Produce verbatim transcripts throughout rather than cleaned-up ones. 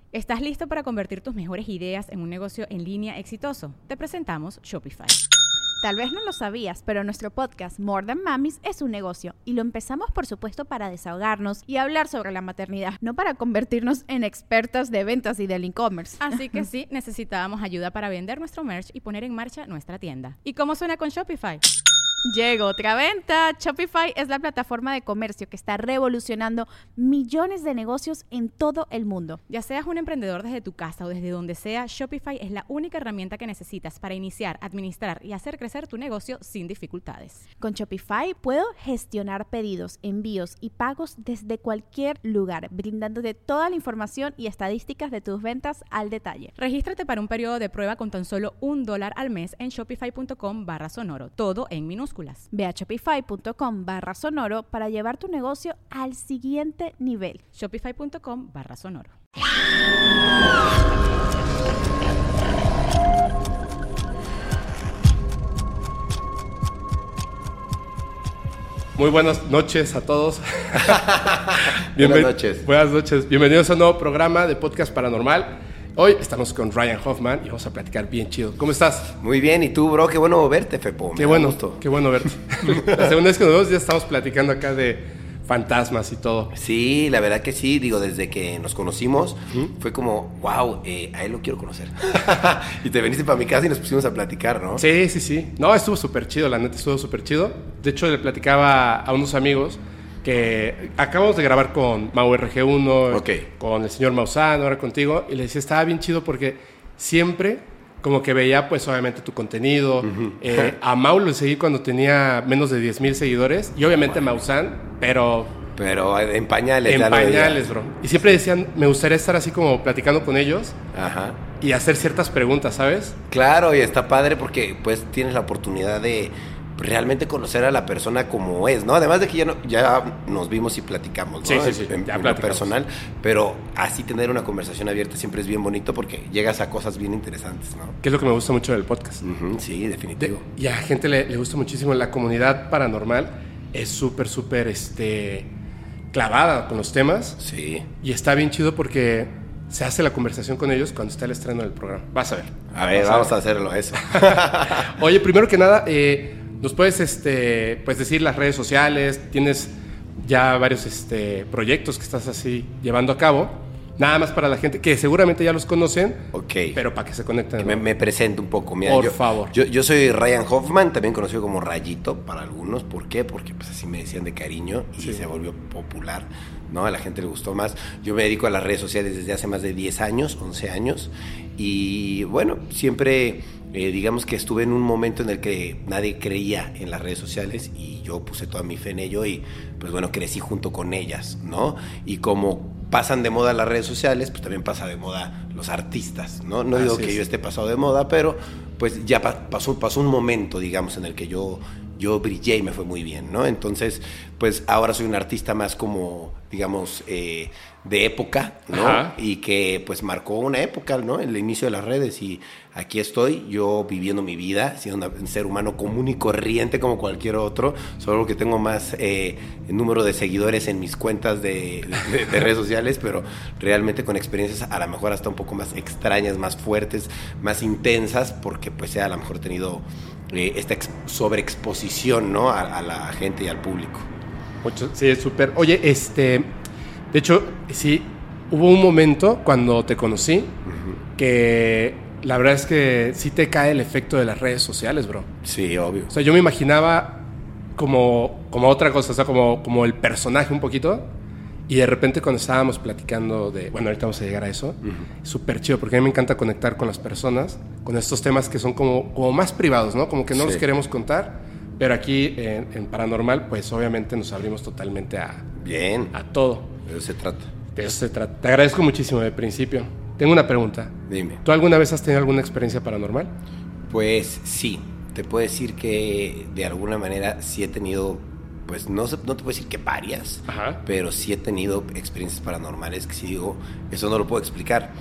¿Estás listo para convertir tus mejores ideas en un negocio en línea exitoso? Te presentamos Shopify. Tal vez no lo sabías, pero nuestro podcast More Than Mamis es un negocio y lo empezamos por supuesto para desahogarnos y hablar sobre la maternidad, no para convertirnos en expertas de ventas y del e-commerce. Así que sí, necesitábamos ayuda para vender nuestro merch y poner en marcha nuestra tienda. ¿Y cómo suena con Shopify? Llegó otra venta. Shopify es la plataforma de comercio que está revolucionando millones de negocios en todo el mundo. Ya seas un emprendedor desde tu casa o desde donde sea, Shopify es la única herramienta que necesitas para iniciar, administrar y hacer crecer tu negocio sin dificultades. Con Shopify puedo gestionar pedidos, envíos y pagos desde cualquier lugar, brindándote toda la información y estadísticas de tus ventas al detalle. Regístrate para un periodo de prueba con tan solo un dólar al mes en shopify.com barra sonoro, todo en minúsculas. Ve a shopify.com barra sonoro para llevar tu negocio al siguiente nivel. Shopify.com barra sonoro. Muy buenas noches a todos. Buenas noches. Buenas noches. Bienvenidos a un nuevo programa de Podcast Paranormal. Hoy estamos con Ryan Hoffman y vamos a platicar bien chido. ¿Cómo estás? Muy bien, ¿y tú, bro? Qué bueno verte, Fepo. Qué bueno, qué bueno verte. La segunda vez que nos vemos ya estamos platicando acá de fantasmas y todo. Sí, la verdad que sí. Digo, desde que nos conocimos, ¿Mm? fue como, wow, eh, a él lo quiero conocer. Y te viniste para mi casa y nos pusimos a platicar, ¿no? Sí, sí, sí. No, estuvo súper chido, la neta estuvo súper chido. De hecho, le platicaba a unos amigos que acabamos de grabar con Mau R G uno, okay. con el señor Maussan, ahora contigo, y le decía, estaba bien chido porque siempre como que veía pues obviamente tu contenido. Uh-huh. eh, a Mau lo seguí cuando tenía menos de diez mil seguidores, y obviamente bueno. Maussan, pero... Pero en pañales. En pañales, bro. Y siempre decían, me gustaría estar así como platicando con ellos. Ajá. Y hacer ciertas preguntas, ¿sabes? Claro, y está padre porque pues tienes la oportunidad de realmente conocer a la persona como es, ¿no? Además de que ya, no, ya nos vimos y platicamos, ¿no? Sí, sí, sí. En, ya en lo personal, pero así tener una conversación abierta siempre es bien bonito porque llegas a cosas bien interesantes, ¿no? Que es lo que me gusta mucho del podcast. Uh-huh, sí, definitivo. De, y a la gente le, le gusta muchísimo. La comunidad paranormal es súper, súper, este, clavada con los temas. Sí. Y está bien chido porque se hace la conversación con ellos cuando está el estreno del programa. Vas a ver. A ver, Vas vamos a, a hacerlo, eso. Oye, primero que nada, eh... ¿nos puedes este, pues decir las redes sociales? Tienes ya varios este, proyectos que estás así llevando a cabo. Nada más para la gente que seguramente ya los conocen. Ok. Pero para que se conecten. Que me, me presento un poco. Mira, Por yo, favor. Yo, yo soy Ryan Hoffman, también conocido como Rayito para algunos. ¿Por qué? Porque pues así me decían de cariño y sí. se volvió popular, ¿no? A la gente le gustó más. Yo me dedico a las redes sociales desde hace más de diez años, once años. Y bueno, siempre... Eh, digamos que estuve en un momento en el que nadie creía en las redes sociales y yo puse toda mi fe en ello y pues bueno, crecí junto con ellas, ¿no? Y como pasan de moda las redes sociales, pues también pasa de moda los artistas, ¿no? No digo que yo esté pasado de moda, pero pues ya pasó, pasó un momento, digamos, en el que yo, yo brillé y me fue muy bien, ¿no? Entonces, pues ahora soy un artista más como, digamos, eh, de época, ¿no? Ajá. Y que pues marcó una época, ¿no? El inicio de las redes y aquí estoy yo viviendo mi vida, siendo un ser humano común y corriente como cualquier otro, solo que tengo más eh, número de seguidores en mis cuentas de, de, de redes sociales, pero realmente con experiencias a lo mejor hasta un poco más extrañas, más fuertes, más intensas, porque pues he a lo mejor tenido eh, esta ex- sobreexposición, ¿no? A, a la gente y al público. Mucho, sí, es súper. Oye, este, de hecho, sí, hubo un momento cuando te conocí uh-huh. que la verdad es que sí te cae el efecto de las redes sociales, bro. Sí, obvio. O sea, yo me imaginaba como, como otra cosa, o sea, como, como el personaje un poquito. Y de repente cuando estábamos platicando de... Bueno, ahorita vamos a llegar a eso. Uh-huh. Súper chido, porque a mí me encanta conectar con las personas, con estos temas que son como, como más privados, ¿no? Como que no sí. los queremos contar. Pero aquí en, en Paranormal, pues obviamente nos abrimos totalmente a... Bien. A todo. De eso se trata. De eso se trata. Te agradezco muchísimo de principio. Tengo una pregunta. Dime. ¿Tú alguna vez has tenido alguna experiencia paranormal? Pues sí. Te puedo decir que de alguna manera sí he tenido... Pues no, no te puedo decir que varias, Ajá. pero sí he tenido experiencias paranormales que sí digo, eso no lo puedo explicar.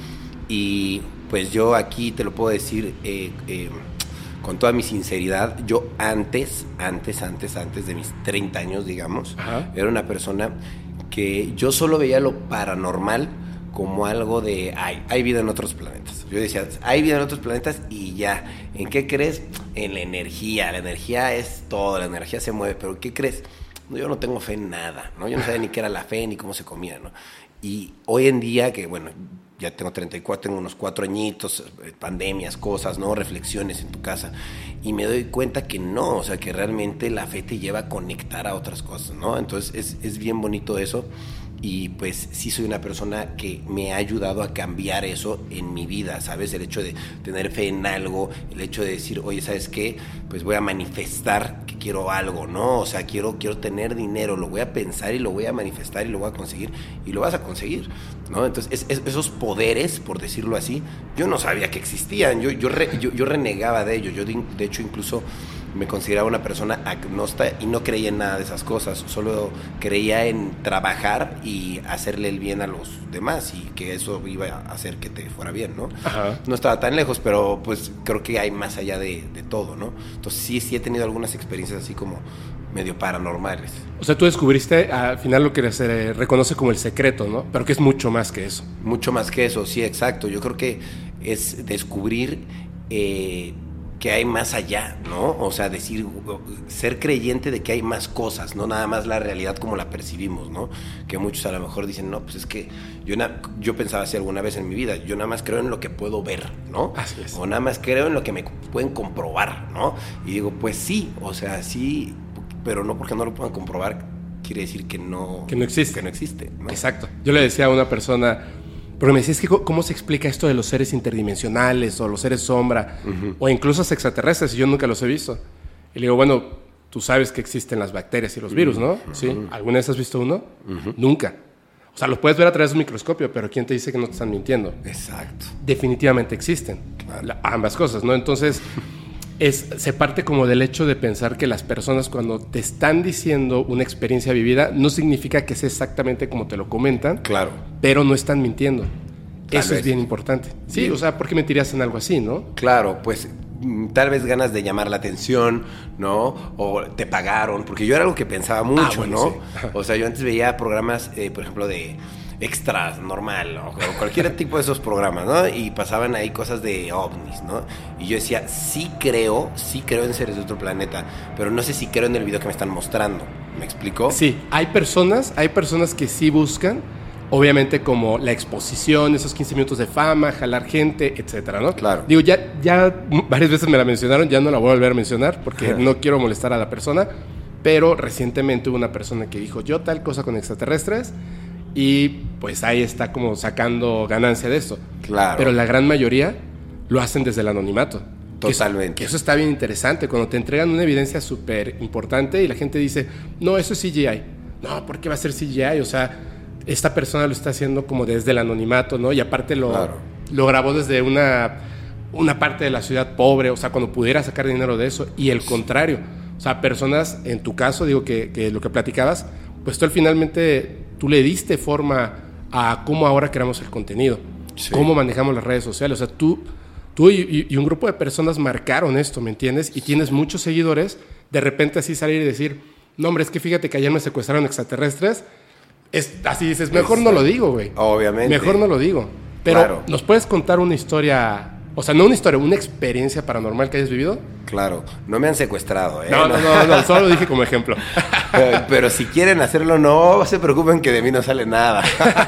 Y pues yo aquí te lo puedo decir eh, eh, con toda mi sinceridad. Yo antes, antes, antes, antes de mis treinta años, digamos, Ajá. era una persona que yo solo veía lo paranormal como algo de, hay, hay vida en otros planetas. Yo decía, hay vida en otros planetas y ya. ¿En qué crees? En la energía. La energía es todo, la energía se mueve, pero ¿qué crees? Yo no tengo fe en nada, ¿no? Yo no sabía ni qué era la fe ni cómo se comía, ¿no? Y hoy en día, que bueno, ya tengo treinta y cuatro, tengo unos cuatro añitos, pandemias, cosas, ¿no? Reflexiones en tu casa. Y me doy cuenta que no, o sea, que realmente la fe te lleva a conectar a otras cosas, ¿no? Entonces es, es bien bonito eso. Y pues sí soy una persona que me ha ayudado a cambiar eso en mi vida, ¿sabes? El hecho de tener fe en algo, el hecho de decir, oye, ¿sabes qué? Pues voy a manifestar que quiero algo, ¿no? O sea, quiero, quiero tener dinero, lo voy a pensar y lo voy a manifestar y lo voy a conseguir y lo vas a conseguir, ¿no? Entonces, es, es, esos poderes, por decirlo así, yo no sabía que existían, yo, yo, re, yo, yo renegaba de ellos, yo de, de hecho incluso me consideraba una persona agnóstica y no creía en nada de esas cosas, solo creía en trabajar y hacerle el bien a los demás y que eso iba a hacer que te fuera bien, ¿no? Ajá. No estaba tan lejos, pero pues creo que hay más allá de, de todo, ¿no? Entonces sí, sí he tenido algunas experiencias así como medio paranormales. O sea, tú descubriste al final lo que se reconoce como el secreto, ¿no? Pero que es mucho más que eso. Mucho más que eso, sí, exacto. Yo creo que es descubrir eh, que hay más allá, ¿no? O sea, decir, ser creyente de que hay más cosas, no nada más la realidad como la percibimos, ¿no? Que muchos a lo mejor dicen, no, pues es que yo, na- yo pensaba así alguna vez en mi vida, yo nada más creo en lo que puedo ver, ¿no? Así es. O nada más creo en lo que me pueden comprobar, ¿no? Y digo, pues sí, o sea, sí, pero no porque no lo puedan comprobar quiere decir que no... Que no existe. Que no existe, ¿no? Exacto. Yo le decía a una persona... Porque me decía, es que ¿cómo se explica esto de los seres interdimensionales o los seres sombra uh-huh. o incluso los extraterrestres? Y yo nunca los he visto. Y le digo, bueno, tú sabes que existen las bacterias y los virus, ¿no? Uh-huh. ¿Sí? ¿Alguna vez has visto uno? Uh-huh. Nunca. O sea, los puedes ver a través de un microscopio, pero ¿quién te dice que no te están mintiendo? Exacto. Definitivamente existen. Claro. La, ambas cosas, ¿no? Entonces, es, se parte como del hecho de pensar que las personas cuando te están diciendo una experiencia vivida, no significa que sea exactamente como te lo comentan. Claro. Pero no están mintiendo. Tal Eso vez. Es bien importante. Sí, Bien. O sea, ¿por qué mentirías en algo así, no? Claro, pues tal vez ganas de llamar la atención, ¿no? O te pagaron, porque yo era algo que pensaba mucho, ah, bueno, ¿no? Sí. O sea, yo antes veía programas, eh, por ejemplo, de Extras, normal, o, o cualquier tipo de esos programas, ¿no? Y pasaban ahí cosas de ovnis, ¿no? Y yo decía, sí creo, sí creo en seres de otro planeta, pero no sé si creo en el video que me están mostrando. ¿Me explico? Sí, hay personas, hay personas que sí buscan, obviamente como la exposición, esos quince minutos de fama, jalar gente, etcétera, ¿no? Claro. Digo, ya, ya varias veces me la mencionaron, ya no la voy a volver a mencionar porque no quiero molestar a la persona, pero recientemente hubo una persona que dijo, yo tal cosa con extraterrestres, y pues ahí está como sacando ganancia de esto. Claro. Pero la gran mayoría lo hacen desde el anonimato. Totalmente. Que eso, que eso está bien interesante, cuando te entregan una evidencia súper importante y la gente dice, no, eso es C G I. No, ¿por qué va a ser C G I? O sea, esta persona lo está haciendo como desde el anonimato, ¿no? Y aparte lo, claro. lo grabó desde una, una parte de la ciudad pobre, o sea, cuando pudiera sacar dinero de eso. Y el contrario, o sea, personas, en tu caso, digo que, que lo que platicabas, pues tú al finalmente, tú le diste forma a cómo ahora creamos el contenido, sí. Cómo manejamos las redes sociales. O sea, tú, tú y, y un grupo de personas marcaron esto, ¿me entiendes? Y tienes muchos seguidores, de repente así salir y decir, no, hombre, es que fíjate que ayer me secuestraron extraterrestres. Es, así dices, mejor no lo digo, güey. Obviamente. Mejor no lo digo. Pero, claro. ¿nos puedes contar una historia? O sea, no una historia, una experiencia paranormal que hayas vivido. Claro, no me han secuestrado, ¿eh? No, no, no, no, solo lo dije como ejemplo. Pero, pero si quieren hacerlo, no se preocupen que de mí no sale nada.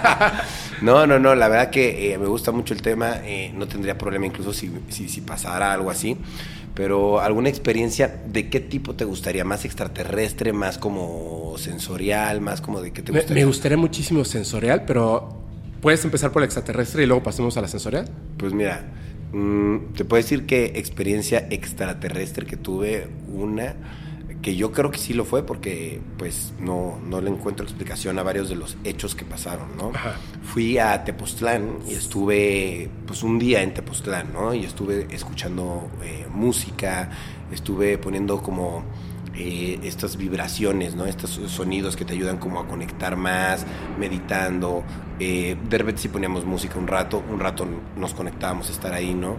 No, no, no, la verdad que eh, me gusta mucho el tema, eh, no tendría problema incluso si, si, si pasara algo así. Pero ¿alguna experiencia de qué tipo te gustaría? ¿Más extraterrestre, más como sensorial, más como de qué te gustaría? Me, me gustaría muchísimo sensorial, pero ¿puedes empezar por el extraterrestre y luego pasemos a la sensorial? Pues mira, mmm, te puedo decir que experiencia extraterrestre que tuve, una que yo creo que sí lo fue porque pues no, no le encuentro explicación a varios de los hechos que pasaron, ¿no? Ajá. Fui a Tepoztlán y estuve pues un día en Tepoztlán, ¿no? Y estuve escuchando eh, música, estuve poniendo como eh, estas vibraciones, ¿no? Estos sonidos que te ayudan como a conectar más, meditando. Eh, de repente sí poníamos música un rato, un rato nos conectábamos a estar ahí, ¿no?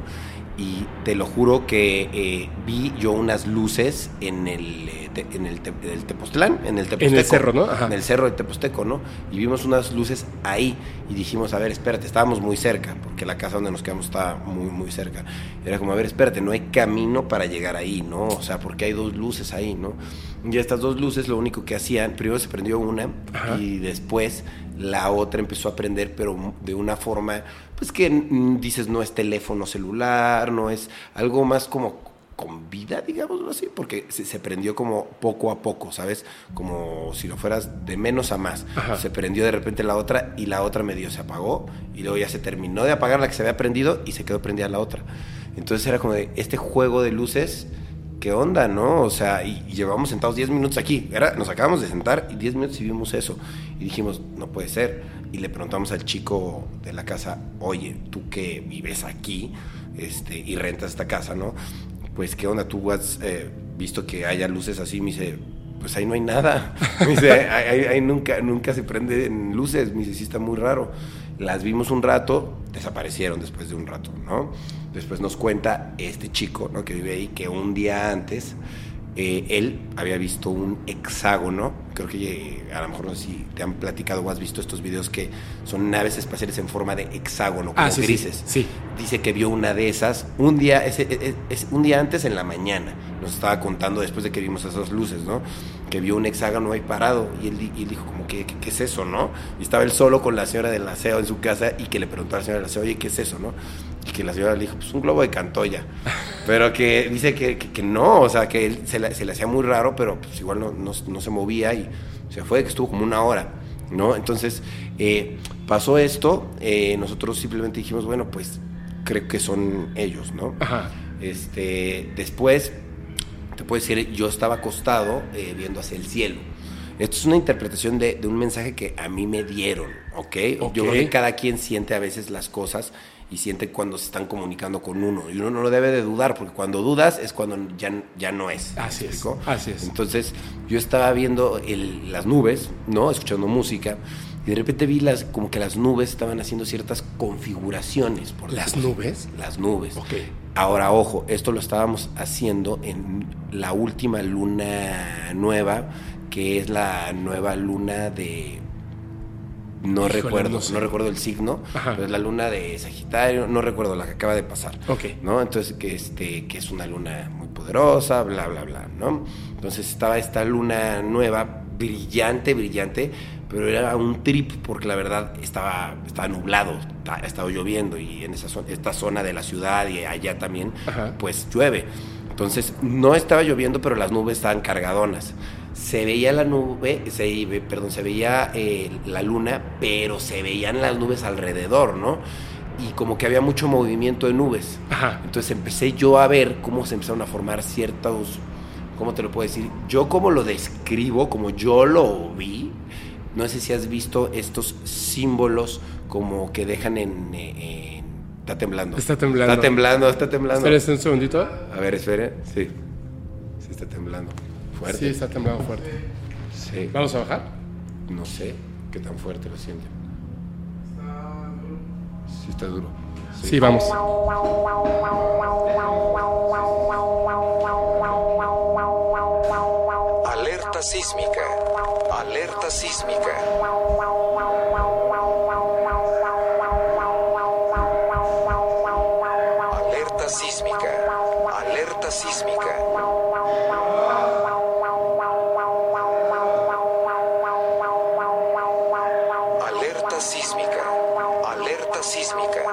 y te lo juro que eh, vi yo unas luces en el, eh, te, en el, te, el Tepoztlán, en el Teposteco. En el cerro, ¿no? Ajá. En el cerro de Teposteco, ¿no? Y vimos unas luces ahí y dijimos, a ver, espérate, estábamos muy cerca, porque la casa donde nos quedamos estaba muy, muy cerca. Era como, a ver, espérate, no hay camino para llegar ahí, ¿no? O sea, porque hay dos luces ahí, ¿no? Y estas dos luces lo único que hacían, primero se prendió una, ajá, y después la otra empezó a prender, pero de una forma, pues que mm, dices, no es teléfono celular, no es algo más como con vida, digámoslo así, porque se, se prendió como poco a poco, ¿sabes? Como si lo fueras de menos a más. Ajá. Se prendió de repente la otra y la otra medio se apagó y luego ya se terminó de apagar la que se había prendido y se quedó prendida la otra. Entonces era como de este juego de luces, ¿qué onda, no? O sea, y, y llevamos sentados diez minutos aquí. Era, nos acabamos de sentar y diez minutos y vimos eso. Y dijimos, no puede ser. Y le preguntamos al chico de la casa, oye, tú que vives aquí este, y rentas esta casa, ¿no? Pues, ¿qué onda? ¿Tú has eh, visto que haya luces así? Me dice, pues ahí no hay nada. Me dice, ahí, ahí, ahí nunca, nunca se prenden luces. Me dice, sí, está muy raro. Las vimos un rato, desaparecieron después de un rato, ¿no? Después nos cuenta este chico, ¿no?, que vive ahí, que un día antes eh, él había visto un hexágono. Creo que eh, a lo mejor no sé si te han platicado o has visto estos videos que son naves espaciales en forma de hexágono, como ah, sí, grises. Sí, sí. Dice que vio una de esas un día, ese, es, es, un día antes en la mañana. Nos estaba contando después de que vimos esas luces, ¿no? Que vio un hexágono ahí parado y él, y él dijo como, ¿qué, qué, ¿qué es eso, no? Y estaba él solo con la señora del aseo en su casa y que le preguntó a la señora del aseo, oye, ¿qué es eso, no? Y que la señora le dijo, pues un globo de Cantoya. Pero que dice que, que, que no, o sea, que él se, la, se le hacía muy raro, pero pues igual no, no, no se movía y se fue, que estuvo como una hora, ¿no? Entonces, eh, pasó esto, eh, nosotros simplemente dijimos, bueno, pues creo que son ellos, ¿no? Ajá. Este, después, te puedo decir, yo estaba acostado eh, viendo hacia el cielo. Esto es una interpretación de, de un mensaje que a mí me dieron, ¿ok? Yo creo que cada quien siente a veces las cosas y siente cuando se están comunicando con uno. Y uno no lo debe de dudar, porque cuando dudas es cuando ya, ya no es. Así es, así es. Entonces, yo estaba viendo el, las nubes, ¿no? Escuchando música, y de repente vi las, como que las nubes estaban haciendo ciertas configuraciones. Por ¿Las nubes? Las nubes. Ok. Ahora, ojo, esto lo estábamos haciendo en la última luna nueva, que es la nueva luna de... No Híjole, recuerdo, no, sé. no recuerdo el signo, ajá, pero es la luna de Sagitario, no recuerdo la que acaba de pasar. Ok. ¿No? Entonces, que, este, que es una luna muy poderosa, bla, bla, bla, ¿no? Entonces estaba esta luna nueva, brillante, brillante, pero era un trip porque la verdad estaba, estaba nublado, estaba lloviendo y en esa zona, esta zona de la ciudad y allá también, ajá, pues llueve. Entonces no estaba lloviendo, pero las nubes estaban cargadonas. Se veía la nube, se, perdón, se veía eh, la luna, pero se veían las nubes alrededor, ¿no? Y como que había mucho movimiento de nubes. Ajá. Entonces empecé yo a ver cómo se empezaron a formar ciertos, ¿cómo te lo puedo decir? Yo como lo describo, como yo lo vi, no sé si has visto estos símbolos como que dejan en... en está temblando. Está temblando. Está temblando, está temblando. Espera un segundito. A ver, espere. Sí. Sí está temblando. Fuerte. Sí, está temblando fuerte. Sí. ¿Vamos a bajar? No sé qué tan fuerte lo siente. Sí, está duro. Sí, sí, vamos. Alerta sísmica. Alerta sísmica. Alerta sísmica. Alerta sísmica. Alerta sísmica. Alerta sísmica.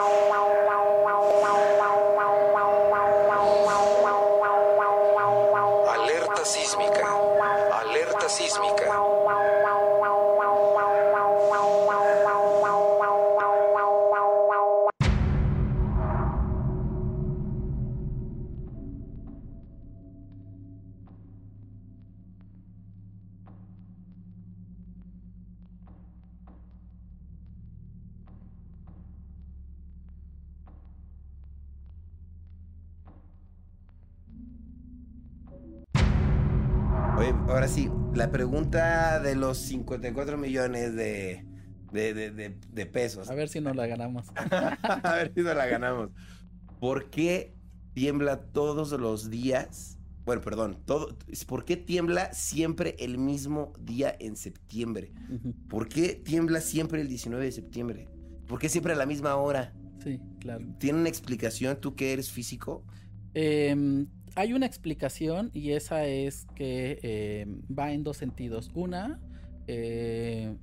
Alerta sísmica. Alerta sísmica. Oye, ahora sí, la pregunta de los cincuenta y cuatro millones de, de, de, de, de pesos. A ver si nos la ganamos. A ver si nos la ganamos. ¿por qué tiembla todos los días? Bueno, perdón, todo, ¿por qué tiembla siempre el mismo día en septiembre? Ujú. ¿Por qué tiembla siempre el diecinueve de septiembre? ¿Por qué siempre a la misma hora? Sí, claro. ¿Tiene una explicación tú que eres físico? Eh, hay una explicación y esa es que eh, va en dos sentidos. Una, eh,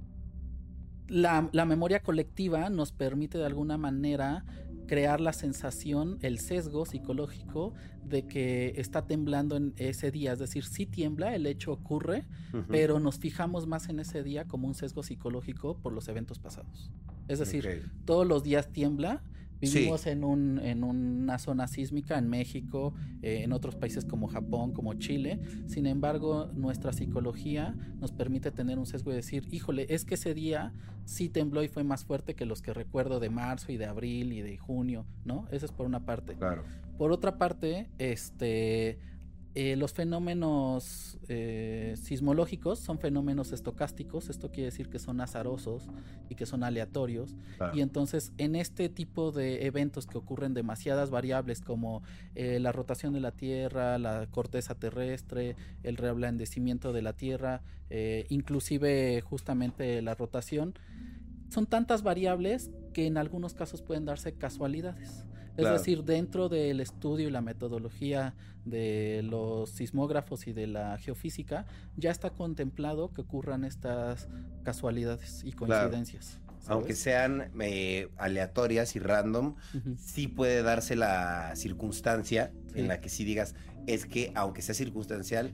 la, la memoria colectiva nos permite de alguna manera crear la sensación, el sesgo psicológico de que está temblando en ese día. Es decir, sí tiembla, el hecho ocurre, uh-huh. pero nos fijamos más en ese día como un sesgo psicológico por los eventos pasados. Es decir, okay. todos los días tiembla. Vivimos sí. en, un, en una zona sísmica en México, eh, en otros países como Japón, como Chile. Sin embargo, nuestra psicología nos permite tener un sesgo y decir, híjole, es que ese día sí tembló y fue más fuerte que los que recuerdo de marzo y de abril y de junio, ¿no? Eso es por una parte. Claro. Por otra parte, este... Eh, los fenómenos eh, sismológicos son fenómenos estocásticos. Esto quiere decir que son azarosos y que son aleatorios. Claro. Y entonces en este tipo de eventos que ocurren demasiadas variables como eh, la rotación de la Tierra, la corteza terrestre, el reblandecimiento de la Tierra, eh, inclusive justamente la rotación, son tantas variables que en algunos casos pueden darse casualidades. Es claro. decir, dentro del estudio y la metodología de los sismógrafos y de la geofísica, ya está contemplado que ocurran estas casualidades y coincidencias. Claro. Aunque sean eh, aleatorias y random, uh-huh. sí puede darse la circunstancia sí. en la que sí digas, es que aunque sea circunstancial,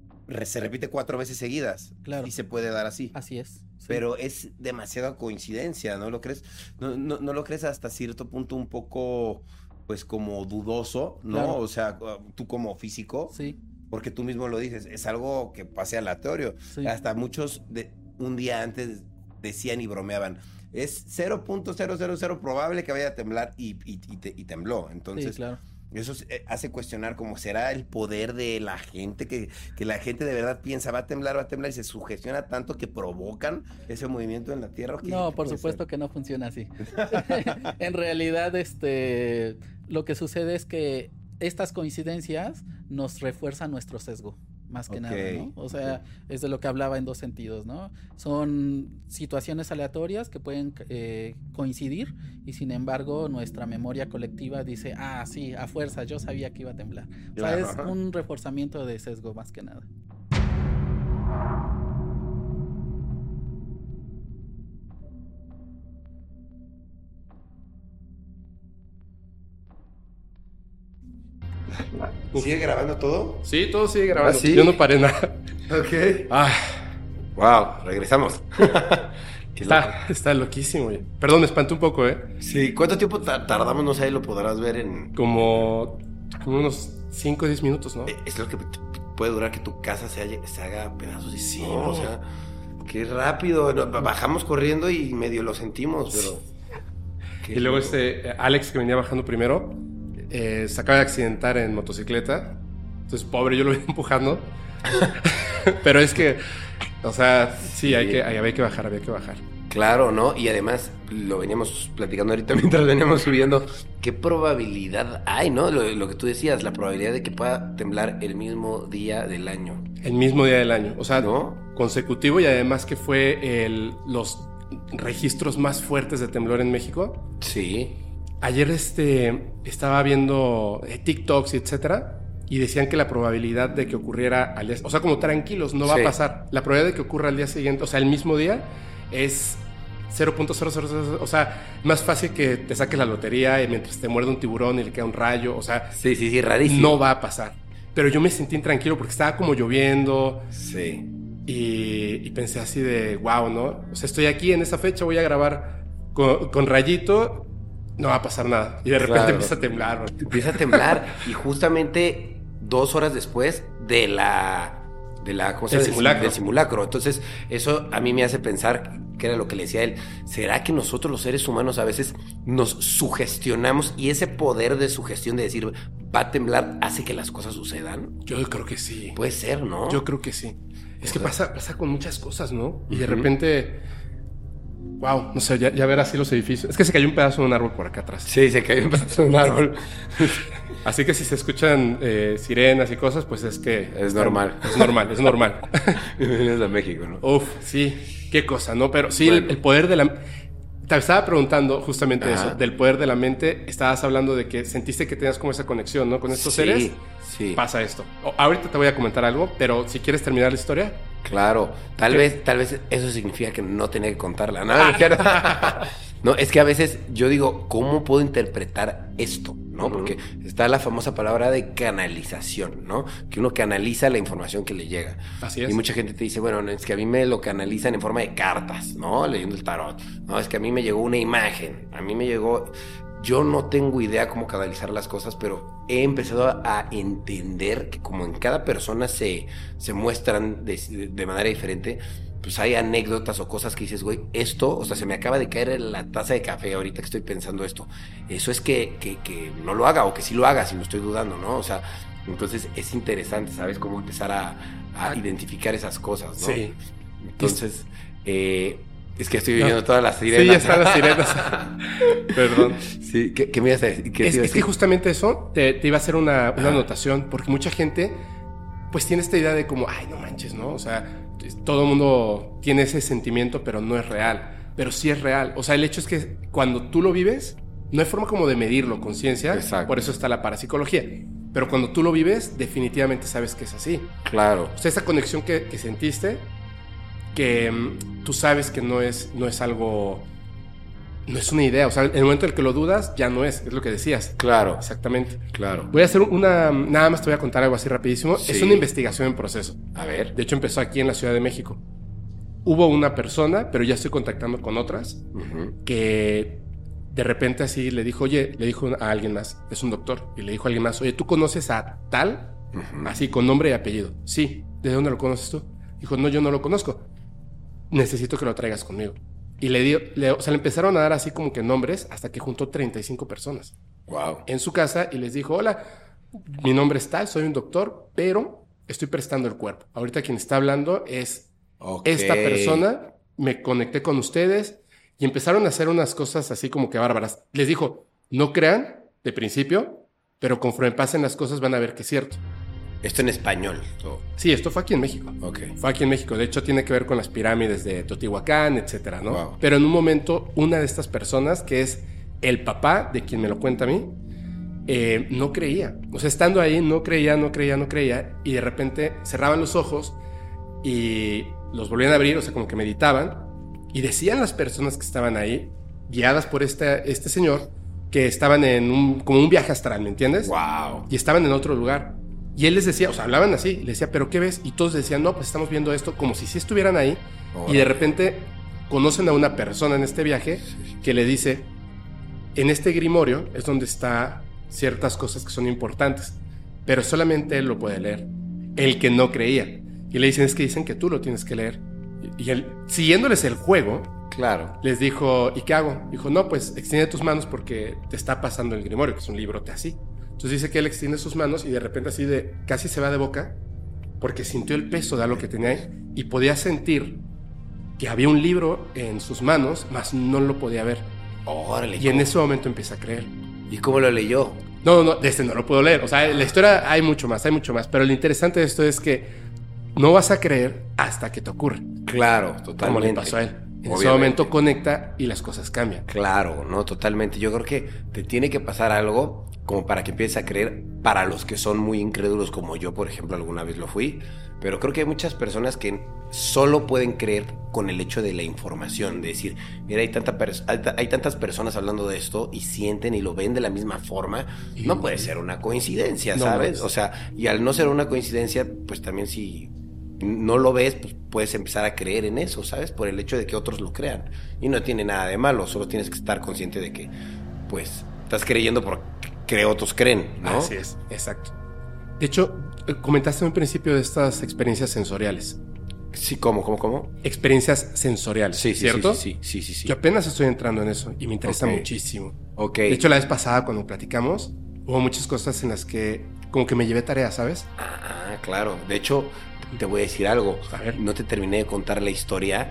se repite cuatro veces seguidas. Claro. Y se puede dar así. Así es. Sí. Pero es demasiada coincidencia, ¿no lo crees? ¿No, no, no lo crees hasta cierto punto un poco, pues, como dudoso, ¿no? Claro. O sea, tú como físico. Sí. Porque tú mismo lo dices, es algo que pase aleatorio. Sí. Hasta muchos de, un día antes decían y bromeaban, es cero punto cero cero cero probable que vaya a temblar y, y, y, te, y tembló. Entonces, sí, claro. Eso hace cuestionar cómo será el poder de la gente, que, que la gente de verdad piensa, va a temblar, va a temblar, y se sugestiona tanto que provocan ese movimiento en la Tierra. No, por supuesto ser? que no funciona así. En realidad, este, lo que sucede es que estas coincidencias nos refuerzan nuestro sesgo, más que okay. nada, ¿no? O sea, es de lo que hablaba en dos sentidos, ¿no? Son situaciones aleatorias que pueden eh, coincidir y sin embargo nuestra memoria colectiva dice, ah, sí, a fuerza, yo sabía que iba a temblar. O sea, es un reforzamiento de sesgo más que nada. ¿Sigue grabando todo? Sí, todo sigue grabando. ¿Ah, sí? Yo no paré nada. Ok. Ah. Wow, regresamos. está, está loquísimo. Oye. Perdón, me espanté un poco, ¿eh? Sí, ¿cuánto tiempo tardamos? No sé, lo podrás ver en... Como, como unos cinco o diez minutos, ¿no? Es lo que puede durar que tu casa se, haya, se haga pedazos y sí, oh. O sea, qué rápido. Bajamos corriendo y medio lo sentimos, pero... Y luego este Alex, que venía bajando primero, eh, se acaba de accidentar en motocicleta. Entonces, pobre, yo lo voy empujando. Pero es que, o sea, sí, sí. Hay que, hay, había que bajar, había que bajar. Claro, ¿no? Y además, lo veníamos platicando ahorita mientras veníamos subiendo, ¿qué probabilidad hay, no? Lo, lo que tú decías, la probabilidad de que pueda temblar el mismo día del año. El mismo día del año, o sea, ¿no? Consecutivo, y además que fue el, los registros más fuertes de temblor en México. Sí. Ayer este, estaba viendo eh, TikToks, etcétera, y decían que la probabilidad de que ocurriera al día, o sea, como tranquilos, no va sí. a pasar. La probabilidad de que ocurra al día siguiente, o sea, el mismo día, es cero punto cero cero cero, o sea, más fácil que te saques la lotería y mientras te muerde un tiburón y le queda un rayo, o sea, sí, sí, sí, rarísimo. No va a pasar. Pero yo me sentí intranquilo porque estaba como lloviendo. Sí. Y, y pensé así de, wow, ¿no? O sea, estoy aquí en esa fecha, voy a grabar con, con Rayito, no va a pasar nada. Y de repente claro. empieza a temblar, ¿no? Empieza a temblar. Y justamente dos horas después de la... de la cosa del del simulacro. del simulacro. Entonces, eso a mí me hace pensar, que era lo que le decía él, ¿será que nosotros los seres humanos a veces nos sugestionamos y ese poder de sugestión de decir va a temblar hace que las cosas sucedan? Yo creo que sí. Puede ser, ¿no? Yo creo que sí. Es que pasa, pasa con muchas cosas, ¿no? Y de uh-huh. repente, Wow, no sé, ya, ya ver así los edificios. Es que se cayó un pedazo de un árbol por acá atrás. Sí, se cayó un pedazo de un árbol. Así que si se escuchan eh, sirenas y cosas, pues es que... Es normal. Es normal, es normal. Bienvenidos a México, ¿no? Uf, sí, qué cosa, ¿no? Pero sí, Bueno. el, el poder de la... Te estaba preguntando justamente Ajá. eso, del poder de la mente. Estabas hablando de que sentiste que tenías como esa conexión, ¿no? Con estos Sí, seres. sí. Pasa esto. O- ahorita te voy a comentar algo, pero si quieres terminar la historia. Claro, tal ¿Qué? vez, tal vez eso significa que no tenía que contarla. No, no, quiero- no, es que a veces yo digo, ¿cómo puedo interpretar esto? ¿No? Porque está la famosa palabra de canalización, ¿no? Que uno canaliza la información que le llega. Así es. Y mucha gente te dice, bueno, es que a mí me lo canalizan en forma de cartas, ¿no? Leyendo el tarot. No, es que a mí me llegó una imagen, a mí me llegó... Yo no tengo idea cómo canalizar las cosas, pero he empezado a entender que como en cada persona se, se muestran de, de manera diferente, pues hay anécdotas o cosas que dices, güey, esto, o sea, se me acaba de caer en la taza de café ahorita que estoy pensando esto. Eso es que, que, que no lo haga o que sí lo haga, si lo estoy dudando, ¿no? O sea, entonces es interesante, ¿sabes? Cómo empezar a, a identificar esas cosas, ¿no? Sí. Entonces, eh... es que estoy No. viendo todas las sirenas. Sí, ya están las sirenas. Perdón. Sí, ¿qué, qué me ibas a decir? ¿Qué Es, te iba a es que decir? justamente eso te, te iba a hacer una, una Ajá. anotación, porque mucha gente pues tiene esta idea de como, ay, no manches, ¿no? O sea, todo el mundo tiene ese sentimiento, pero no es real. Pero sí es real. O sea, el hecho es que cuando tú lo vives, no hay forma como de medirlo con ciencia. Exacto. Por eso está la parapsicología. Pero cuando tú lo vives, definitivamente sabes que es así. Claro. O sea, esa conexión que, que sentiste, que mm, tú sabes que no es, no es algo, no es una idea. O sea, en el momento en el que lo dudas, ya no es, es lo que decías. Claro. Exactamente. Claro. Voy a hacer una, nada más te voy a contar algo así rapidísimo. Sí. Es una investigación en proceso. A ver. De hecho, empezó aquí en la Ciudad de México. Hubo una persona, pero ya estoy contactando con otras, Ujú. que de repente así le dijo, oye, le dijo a alguien más, es un doctor, y le dijo a alguien más, oye, ¿tú conoces a tal? Ujú. Así, con nombre y apellido. Sí. ¿De dónde lo conoces tú? Dijo, no, yo no lo conozco. Necesito que lo traigas conmigo. Y le dio, le, o sea, le empezaron a dar así como que nombres hasta que juntó treinta y cinco personas Wow. en su casa y les dijo, hola, mi nombre es tal, soy un doctor, pero estoy prestando el cuerpo. Ahorita quien está hablando es Ok. esta persona, me conecté con ustedes y empezaron a hacer unas cosas así como que bárbaras. Les dijo, no crean de principio, pero conforme pasen las cosas van a ver que es cierto. Esto en español. Oh, Sí, esto fue aquí en México. ok. Fue aquí en México. De hecho, tiene que ver con las pirámides de Teotihuacán, etcétera, ¿no? Wow. Pero en un momento, una de estas personas, que es el papá de quien me lo cuenta a mí, eh, no creía. O sea, estando ahí, no creía, no creía, no creía. Y de repente cerraban los ojos y los volvían a abrir, o sea, como que meditaban. Y decían las personas que estaban ahí, guiadas por este, este señor, que estaban en un, como un viaje astral, ¿me entiendes? Wow. Y estaban en otro lugar. Y él les decía, o sea, hablaban así, y le decía, ¿pero qué ves? Y todos decían, no, pues estamos viendo esto, como si sí estuvieran ahí. Órale. Y de repente conocen a una persona en este viaje que le dice, en este grimorio es donde está ciertas cosas que son importantes, pero solamente él lo puede leer, el que no creía. Y le dicen, es que dicen que tú lo tienes que leer. Y él, siguiéndoles el juego, Claro. les dijo, ¿y qué hago? Dijo, no, pues extiende tus manos porque te está pasando el grimorio, que es un librote así. Entonces dice que él extiende sus manos y de repente así de, casi se va de boca porque sintió el peso de algo que tenía ahí y podía sentir que había un libro en sus manos, mas no lo podía ver. Órale. Y en ¿cómo? ese momento empieza a creer. ¿Y cómo lo leyó? No, no, de este no lo puedo leer. O sea, en la historia hay mucho más, hay mucho más. Pero lo interesante de esto es que no vas a creer hasta que te ocurre. Claro, totalmente. Como le pasó a él. En ese Obviamente. momento conecta y las cosas cambian. Claro, no, totalmente. Yo creo que te tiene que pasar algo como para que empieces a creer para los que son muy incrédulos como yo, por ejemplo, alguna vez lo fui. Pero creo que hay muchas personas que solo pueden creer con el hecho de la información, de decir, mira, hay, tanta pers- hay, ta- hay tantas personas hablando de esto y sienten y lo ven de la misma forma. No puede ser una coincidencia, No, ¿sabes? no. O sea, y al no ser una coincidencia, pues también si no lo ves, pues puedes empezar a creer en eso, ¿sabes? Por el hecho de que otros lo crean. Y no tiene nada de malo, solo tienes que estar consciente de que, pues, estás creyendo porque otros creen, ¿no? Así es, exacto. De hecho, eh, comentaste en un principio de estas experiencias sensoriales. Sí, ¿cómo, cómo, cómo? Experiencias sensoriales, Sí, sí, ¿cierto? sí, sí, sí, sí, sí. Yo apenas estoy entrando en eso y me interesa Ok. muchísimo. Ok. De hecho, la vez pasada cuando platicamos, hubo muchas cosas en las que como que me llevé tarea, ¿sabes? Ah, claro. De hecho, te voy a decir algo. A ver. No te terminé de contar la historia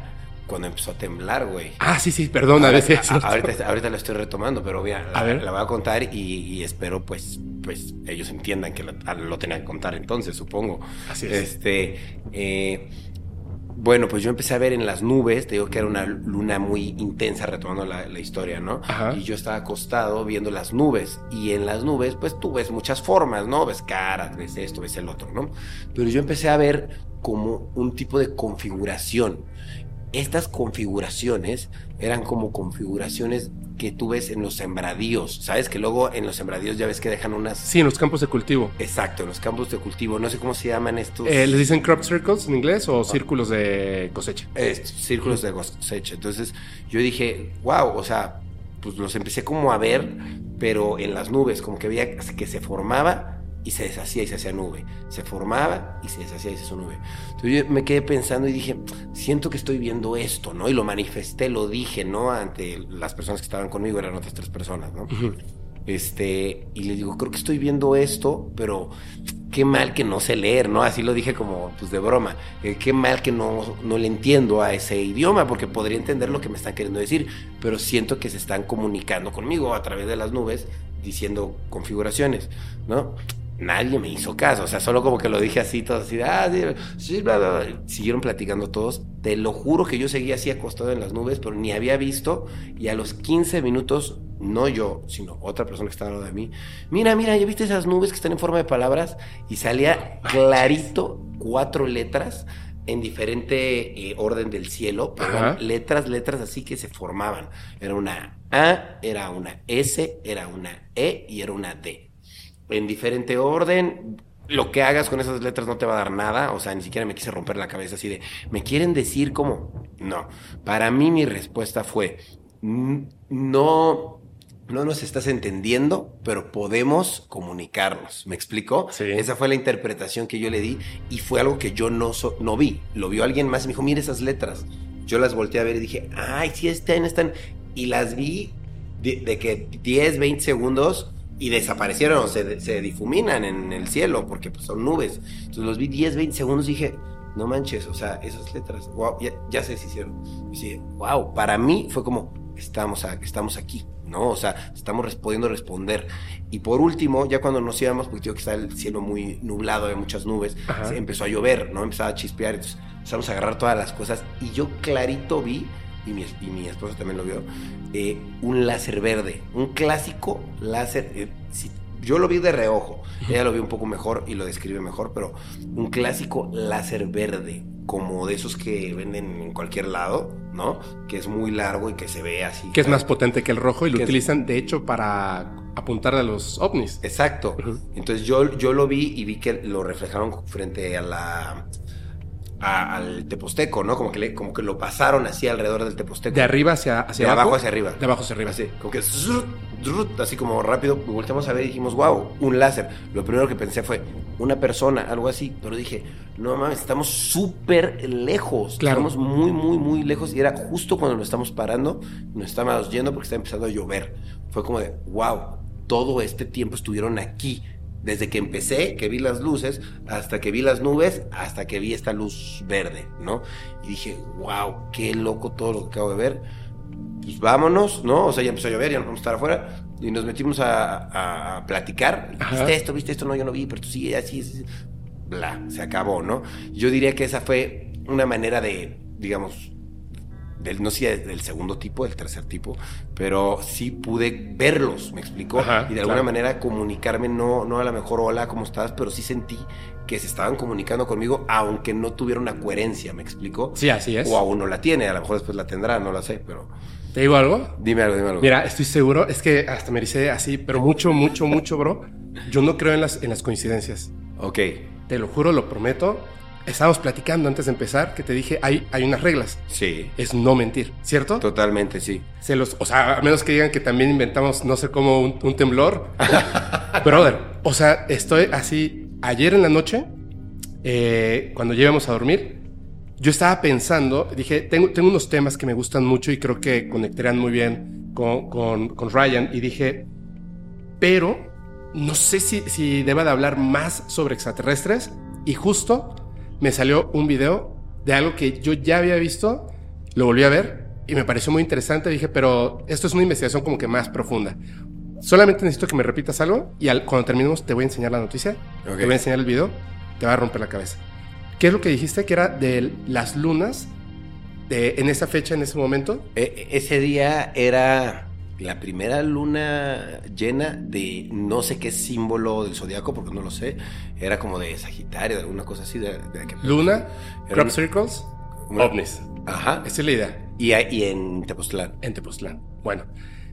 cuando empezó a temblar, güey. Ah, sí, sí, perdón, a Ahora- veces. a- ahorita, ahorita lo estoy retomando, pero mira, A la, ver. la voy a contar y, y espero pues, pues ellos entiendan que lo, lo tenían que contar entonces, supongo. Así es. Este, eh, bueno, pues yo empecé a ver en las nubes, te digo que era una luna muy intensa, retomando la, la historia, ¿no? Ajá. Y yo estaba acostado viendo las nubes, y en las nubes, pues tú ves muchas formas, ¿no? Ves caras, ves esto, ves el otro, ¿no? Pero yo empecé a ver como un tipo de configuración. Estas configuraciones eran como configuraciones que tú ves en los sembradíos, ¿sabes? Que luego en los sembradíos ya ves que dejan unas... Sí, en los campos de cultivo. Exacto, en los campos de cultivo, no sé cómo se llaman estos... Eh, ¿Les dicen crop circles en inglés o círculos de cosecha? Estos círculos de cosecha. Entonces yo dije, wow, o sea, pues los empecé como a ver, pero en las nubes, como que veía que se formaba y se deshacía y se hacía nube. Se formaba y se deshacía y se hacía nube. Entonces yo me quedé pensando y dije, siento que estoy viendo esto, ¿no? Y lo manifesté, lo dije, ¿no? Ante las personas que estaban conmigo, eran otras tres personas, ¿no? Uh-huh. Este, y les digo, creo que estoy viendo esto, pero qué mal que no sé leer, ¿no? Así lo dije como, pues de broma. Eh, qué mal que no, no le entiendo a ese idioma, porque podría entender lo que me están queriendo decir, pero siento que se están comunicando conmigo a través de las nubes, diciendo configuraciones, ¿no? Nadie me hizo caso, o sea, solo como que lo dije así, todos así, ah, sí, sí, bla, bla, bla. Siguieron platicando todos. Te lo juro que yo seguía así acostado en las nubes, pero ni había visto, y a los quince minutos, no yo, sino otra persona que estaba al lado de mí, mira, mira, ¿ya viste esas nubes que están en forma de palabras? Y salía clarito cuatro letras en diferente eh, orden del cielo, pero eran letras, letras así que se formaban. Era una A, era una S, era una E y era una D. En diferente orden, lo que hagas con esas letras no te va a dar nada, o sea, ni siquiera me quise romper la cabeza así de, ¿me quieren decir cómo? No, para mí mi respuesta fue, no, no nos estás entendiendo, pero podemos comunicarnos, ¿me explico? Sí. Esa fue la interpretación que yo le di y fue algo que yo no, so, no vi, lo vio alguien más y me dijo, mira esas letras, yo las volteé a ver y dije, ay, sí están, están, y las vi de, de que diez, veinte segundos... Y desaparecieron, o se, se difuminan en el cielo, porque pues, son nubes. Entonces los vi diez, veinte segundos y dije, no manches, o sea, esas letras, wow, ya, ya se hicieron. Y dije, wow, para mí fue como, estamos, a, estamos aquí, ¿no? O sea, estamos pudiendo responder. Y por último, ya cuando nos íbamos, porque digo que está el cielo muy nublado, hay muchas nubes, se empezó a llover, ¿no? Empezaba a chispear, entonces empezamos a agarrar todas las cosas. Y yo clarito vi, y mi, y mi esposa también lo vio, eh, un láser verde, un clásico láser, eh, si, yo lo vi de reojo, ella lo vio un poco mejor y lo describe mejor, pero un clásico láser verde, como de esos que venden en cualquier lado, ¿no? Que es muy largo y que se ve así. Que es más potente que el rojo y lo utilizan, es... de hecho, para apuntar a los ovnis. Exacto. Uh-huh. Entonces yo, yo lo vi y vi que lo reflejaron frente a la... A, al Teposteco, ¿no? Como que, le, como que lo pasaron así alrededor del Teposteco. De arriba hacia, hacia de abajo. abajo hacia arriba. De abajo hacia arriba. Así, como que zrut, zrut, así como rápido, volteamos a ver y dijimos, wow, un láser. Lo primero que pensé fue una persona, algo así, pero dije, no mames, estamos súper lejos. Claro. Estamos muy, muy, muy lejos y era justo cuando nos estamos parando, nos estábamos yendo porque está empezando a llover. Fue como de, wow, todo este tiempo estuvieron aquí. Desde que empecé, que vi las luces, hasta que vi las nubes, hasta que vi esta luz verde, ¿no? Y dije, wow, qué loco todo lo que acabo de ver. Pues vámonos, ¿no? O sea, ya empezó a llover, ya no vamos a estar afuera. Y nos metimos a, a, a platicar. Ajá. ¿Viste esto? ¿Viste esto? No, yo no vi, pero tú sí, así, así. Bla, se acabó, ¿no? Yo diría que esa fue una manera de, digamos... Del, no sé del segundo tipo, del tercer tipo, pero sí pude verlos, me explicó, Ajá, y de alguna claro. manera comunicarme, no, no a lo mejor hola, ¿cómo estás? Pero sí sentí que se estaban comunicando conmigo, aunque no tuviera una coherencia, ¿me explicó? Sí, así es. O aún no la tiene, a lo mejor después la tendrá, no la sé, pero... ¿Te digo algo? Dime algo, dime algo. Mira, estoy seguro, es que hasta me dice así, pero mucho, mucho, mucho, bro. Yo no creo en las, en las coincidencias. Ok. Te lo juro, lo prometo. Estábamos platicando antes de empezar que te dije, hay, hay unas reglas. Sí. Es no mentir, ¿cierto? Totalmente, sí. Se los, o sea, a menos que digan que también inventamos, no sé cómo, un, un temblor. Brother, o sea, estoy así, ayer en la noche, eh, cuando llegamos a dormir, yo estaba pensando, dije, tengo, tengo unos temas que me gustan mucho y creo que conectarían muy bien con, con, con Ryan, y dije, pero no sé si, si deba de hablar más sobre extraterrestres, y justo... me salió un video de algo que yo ya había visto lo volví a ver y me pareció muy interesante. Dije, pero esto es una investigación como que más profunda. Solamente necesito que me repitas algo y al, cuando terminemos te voy a enseñar la noticia, okay. Te voy a enseñar el video, te va a romper la cabeza. ¿Qué es lo que dijiste? Que era de las lunas de, en esa fecha, en ese momento. E- ese día era la primera luna llena de no sé qué símbolo del zodiaco, porque no lo sé. Era como de Sagitario, de alguna cosa así. De, de que, Luna, crop un, circles, una, ovnis. Ajá. Esa es la idea. Y, y en Tepoztlán. En Tepoztlán. Bueno.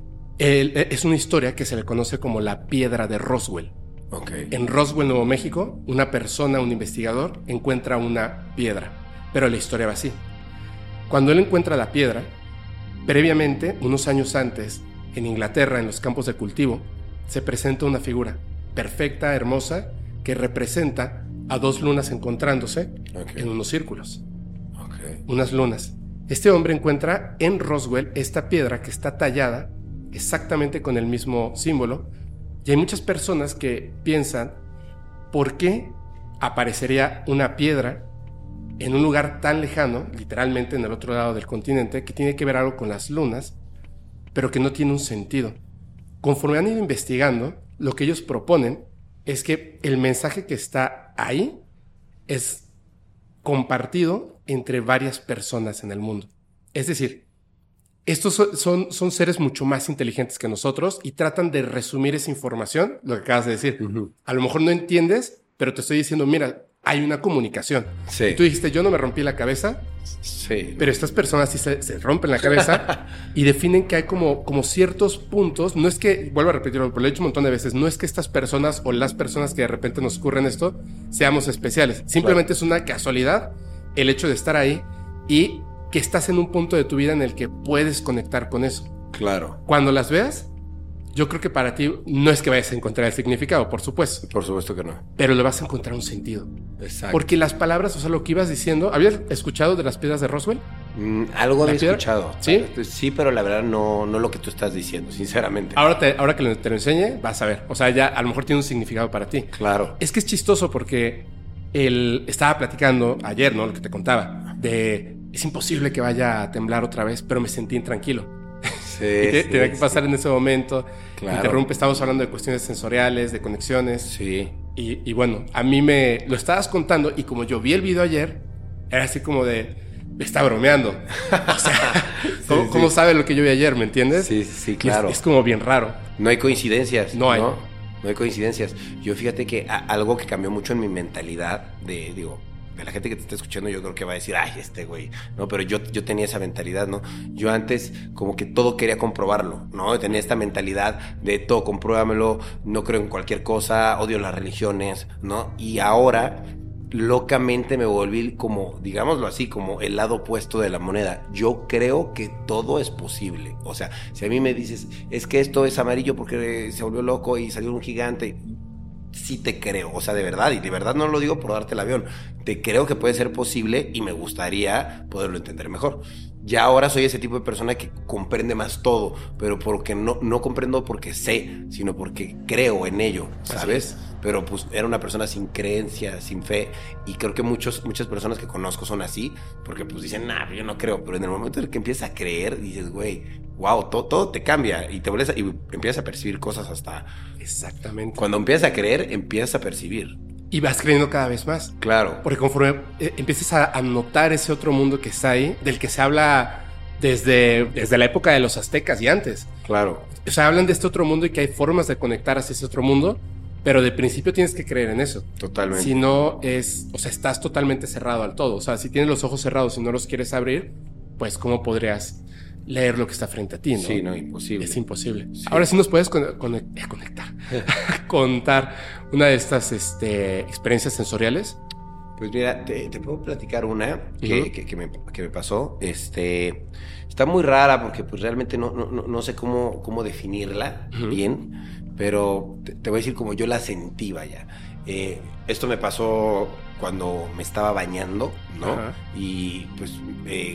El, es una historia que se le conoce como la piedra de Roswell. Okay. En Roswell, Nuevo México, una persona, un investigador, encuentra una piedra. Pero la historia va así. Cuando él encuentra la piedra, previamente, unos años antes, en Inglaterra, en los campos de cultivo, se presenta una figura perfecta, hermosa, que representa a dos lunas encontrándose okay. en unos círculos. Okay. Unas lunas. Este hombre encuentra en Roswell esta piedra que está tallada exactamente con el mismo símbolo, y hay muchas personas que piensan ¿por qué aparecería una piedra en un lugar tan lejano, literalmente en el otro lado del continente, que tiene que ver algo con las lunas, pero que no tiene un sentido? Conforme han ido investigando, lo que ellos proponen es que el mensaje que está ahí es compartido entre varias personas en el mundo. Es decir, estos son, son, son seres mucho más inteligentes que nosotros y tratan de resumir esa información, lo que acabas de decir. Uh-huh. A lo mejor no entiendes, pero te estoy diciendo, mira, hay una comunicación. Sí. Y tú dijiste, yo no me rompí la cabeza, sí. pero estas personas sí se, se rompen la cabeza y definen que hay como, como ciertos puntos. No es que, vuelvo a repetirlo, pero lo he dicho un montón de veces, no es que estas personas o las personas que de repente nos ocurren esto seamos especiales. Simplemente claro. Es una casualidad el hecho de estar ahí y que estás en un punto de tu vida en el que puedes conectar con eso. Claro. Cuando las veas, yo creo que para ti no es que vayas a encontrar el significado, por supuesto. Por supuesto que no. Pero le vas a encontrar un sentido. Exacto. Porque las palabras, o sea, lo que ibas diciendo... ¿Habías escuchado de las piedras de Roswell? Mm, algo había piedra? escuchado. ¿Sí? Sí, pero la verdad no, no lo que tú estás diciendo, sinceramente. Ahora, te, ahora que te lo enseñe, vas a ver. O sea, ya a lo mejor tiene un significado para ti. Claro. Es que es chistoso porque él estaba platicando ayer, ¿no? Lo que te contaba. De... Es imposible que vaya a temblar otra vez, pero me sentí intranquilo. Sí, y te, sí, tenía que pasar sí. en ese momento. Claro. Interrumpe, estamos hablando de cuestiones sensoriales, de conexiones. Sí. Y, y bueno, a mí me lo estabas contando y como yo vi el video ayer, era así como de, me está bromeando. O sea, sí, ¿cómo, sí. ¿cómo sabe lo que yo vi ayer? ¿Me entiendes? Sí, sí, claro. Es, es como bien raro. No hay coincidencias. No hay. No, no hay coincidencias. Yo fíjate que a, algo que cambió mucho en mi mentalidad de, digo, de la gente que te está escuchando, yo creo que va a decir, ay, este güey, ¿no? Pero yo, yo tenía esa mentalidad, ¿no? Yo antes como que todo quería comprobarlo, ¿no? Tenía esta mentalidad de todo compruébamelo, no creo en cualquier cosa, odio las religiones, ¿no? Y ahora, locamente me volví como, digámoslo así, como el lado opuesto de la moneda. Yo creo que todo es posible. O sea, si a mí me dices, es que esto es amarillo porque se volvió loco y salió un gigante... Sí te creo, o sea, de verdad, y de verdad no lo digo por darte el avión, te creo que puede ser posible y me gustaría poderlo entender mejor. Ya ahora soy ese tipo de persona que comprende más todo, pero porque no, no comprendo porque sé, sino porque creo en ello, ¿sabes? Pero pues era una persona sin creencia, sin fe, y creo que muchos, muchas personas que conozco son así, porque pues dicen, nah, yo no creo, pero en el momento en el que empiezas a creer, dices, güey, wow, todo, todo te cambia, y te vuelves a, y empiezas a percibir cosas hasta... Exactamente. Cuando empiezas a creer, empiezas a percibir. Y vas creyendo cada vez más. Claro. Porque conforme eh, empiezas a, a notar ese otro mundo que está ahí, del que se habla desde, desde la época de los aztecas y antes. Claro. O sea, hablan de este otro mundo y que hay formas de conectar hacia ese otro mundo, pero de principio tienes que creer en eso. Totalmente. Si no es, o sea, estás totalmente cerrado al todo. O sea, si tienes los ojos cerrados y no los quieres abrir, pues ¿cómo podrías leer lo que está frente a ti, no? Sí, no, imposible. Es imposible. Sí. Ahora sí nos puedes con, con, eh, conectar, contar una de estas este, experiencias sensoriales. Pues mira, te, te puedo platicar una que, Uh-huh. que, que, me, que me pasó. Este, está muy rara porque pues realmente no, no, no sé cómo, cómo definirla Uh-huh. bien, pero te, te voy a decir como yo la sentí, vaya. Eh, esto me pasó cuando me estaba bañando, ¿no? Ajá. Y pues eh,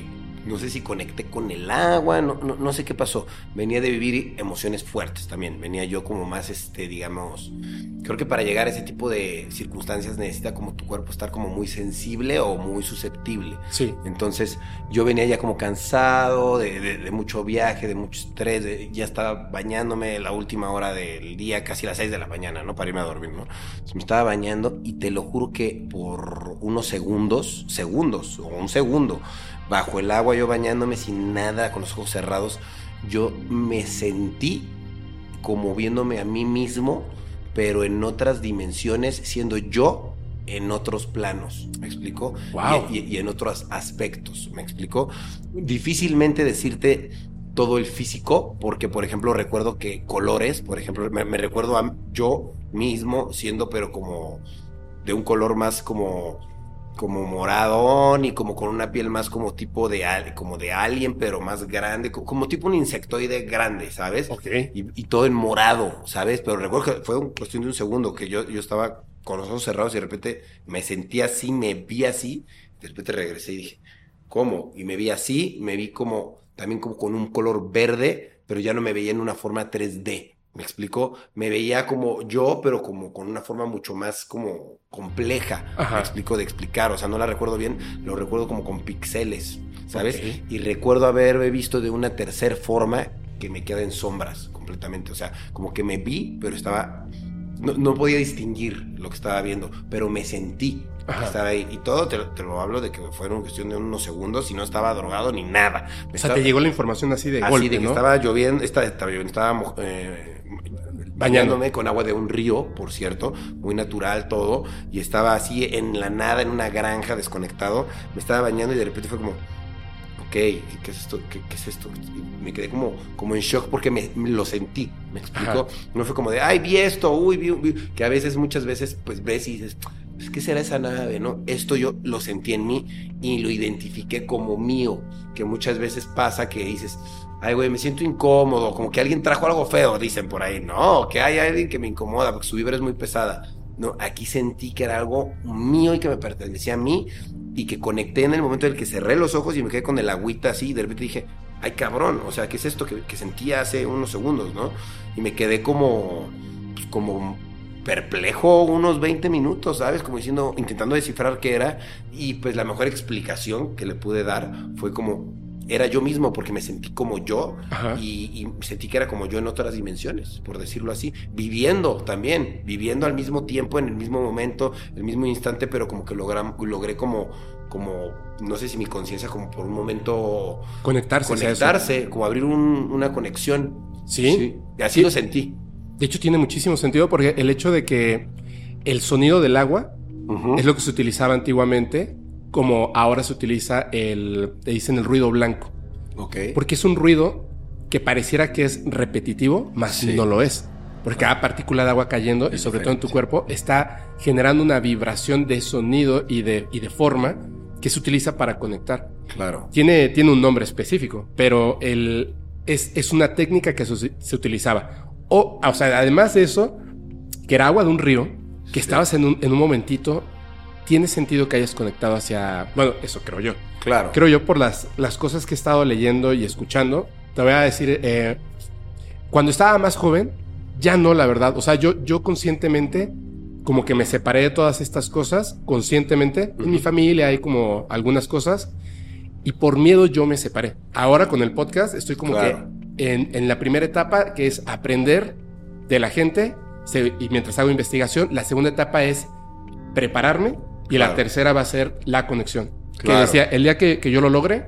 no sé si conecté con el agua, no, no, no sé qué pasó. Venía de vivir emociones fuertes también. Venía yo como más, este, digamos, creo que para llegar a ese tipo de circunstancias necesita como tu cuerpo estar como muy sensible o muy susceptible. Sí. Entonces yo venía ya como cansado de, de, de mucho viaje, de mucho estrés, de, ya estaba bañándome la última hora del día, casi las seis de la mañana, ¿no? Para irme a dormir, ¿no? Entonces me estaba bañando y te lo juro que por unos segundos, segundos o un segundo, bajo el agua yo bañándome sin nada, con los ojos cerrados, yo me sentí como viéndome a mí mismo, pero en otras dimensiones, siendo yo en otros planos, ¿me explico? Wow. Y, y, y en otros aspectos, ¿me explico? Difícilmente decirte todo el físico, porque por ejemplo recuerdo que colores, por ejemplo, me, me recuerdo a yo mismo siendo pero como de un color más como como moradón y como con una piel más como tipo de como de alien, pero más grande, como, como tipo un insectoide grande, ¿sabes? Ok. Y, y todo en morado, ¿sabes? Pero recuerdo que fue un, cuestión de un segundo que yo, yo estaba con los ojos cerrados y de repente me sentí así, me vi así, de repente regresé y dije, ¿cómo? Y me vi así, me vi como, también como con un color verde, pero ya no me veía en una forma tres D. ¿Me explico? Me veía como yo, pero como con una forma mucho más como compleja. Ajá. Me explico de explicar, o sea, no la recuerdo bien, lo recuerdo como con píxeles, ¿sabes? Okay. Y recuerdo haberme visto de una tercera forma que me queda en sombras completamente, o sea, como que me vi, pero estaba, no, no podía distinguir lo que estaba viendo, pero me sentí. Ajá. Estar ahí. Y todo te, te lo hablo de que fueron cuestión de unos segundos y no estaba drogado ni nada. Me O sea, estaba, te llegó la información así de así golpe, de que ¿no? estaba lloviendo, estaba, estaba, lloviendo, estaba eh, bañándome con agua de un río, por cierto, muy natural todo, y estaba así en la nada, en una granja, desconectado. Me estaba bañando y de repente fue como, ok, ¿qué es esto? ¿Qué, qué es esto? Y me quedé como, como en shock porque me, me lo sentí, ¿me explico? Ajá. No fue como de, ay, vi esto, uy, vi, vi, que a veces, muchas veces, pues ves y dices, pues, ¿qué será esa nave, no? Esto yo lo sentí en mí y lo identifiqué como mío, que muchas veces pasa que dices, ay, güey, me siento incómodo, como que alguien trajo algo feo, dicen por ahí. No, que hay alguien que me incomoda porque su vibra es muy pesada. No, aquí sentí que era algo mío y que me pertenecía a mí y que conecté en el momento en el que cerré los ojos y me quedé con el agüita así y de repente dije, ay, cabrón, o sea, ¿qué es esto que, que sentía hace unos segundos, no? Y me quedé como, pues, como perplejo unos veinte minutos, ¿sabes? Como diciendo, intentando descifrar qué era, y pues la mejor explicación que le pude dar fue como, era yo mismo, porque me sentí como yo y, y sentí que era como yo en otras dimensiones, por decirlo así, viviendo también, viviendo al mismo tiempo, en el mismo momento, el mismo instante, pero como que logran, logré como, como, no sé si mi conciencia como por un momento conectarse, conectarse, como abrir un, una conexión. Sí, sí, y así sí. Lo sentí. De hecho tiene muchísimo sentido porque el hecho de que el sonido del agua uh-huh. es lo que se utilizaba antiguamente, como ahora se utiliza el, le dicen el ruido blanco. Okay. Porque es un ruido que pareciera que es repetitivo, más sí. no lo es. Porque cada partícula de agua cayendo, es y sobre diferente. Todo en tu cuerpo, está generando una vibración de sonido y de, y de forma que se utiliza para conectar. Claro. Tiene, tiene un nombre específico, pero el, es, es una técnica que se, se utilizaba. O, o sea, además de eso, que era agua de un río, que sí. estabas en un, en un momentito, tiene sentido que hayas conectado hacia... Bueno, eso creo yo. Claro. Creo yo por las, las cosas que he estado leyendo y escuchando. Te voy a decir, eh, cuando estaba más joven, ya no, la verdad. O sea, yo, yo conscientemente, como que me separé de todas estas cosas, conscientemente. Uh-huh. En mi familia hay como algunas cosas, y por miedo yo me separé. Ahora con el podcast estoy como claro. que... En, en la primera etapa, que es aprender de la gente, se, y mientras hago investigación. La segunda etapa es prepararme, y claro. la tercera va a ser la conexión. Claro. Que decía, el día que, que yo lo logre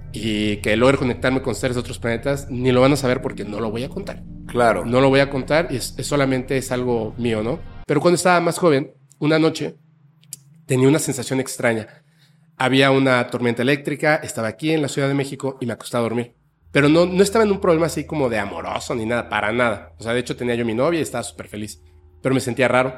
y que logre conectarme con seres de otros planetas, ni lo van a saber porque no lo voy a contar. Claro. No lo voy a contar y es, es solamente es algo mío, ¿no? Pero cuando estaba más joven, una noche tenía una sensación extraña. Había una tormenta eléctrica, estaba aquí en la Ciudad de México y me acosté a dormir. Pero no, no estaba en un problema así como de amoroso ni nada, para nada. O sea, de hecho tenía yo mi novia y estaba súper feliz. Pero me sentía raro.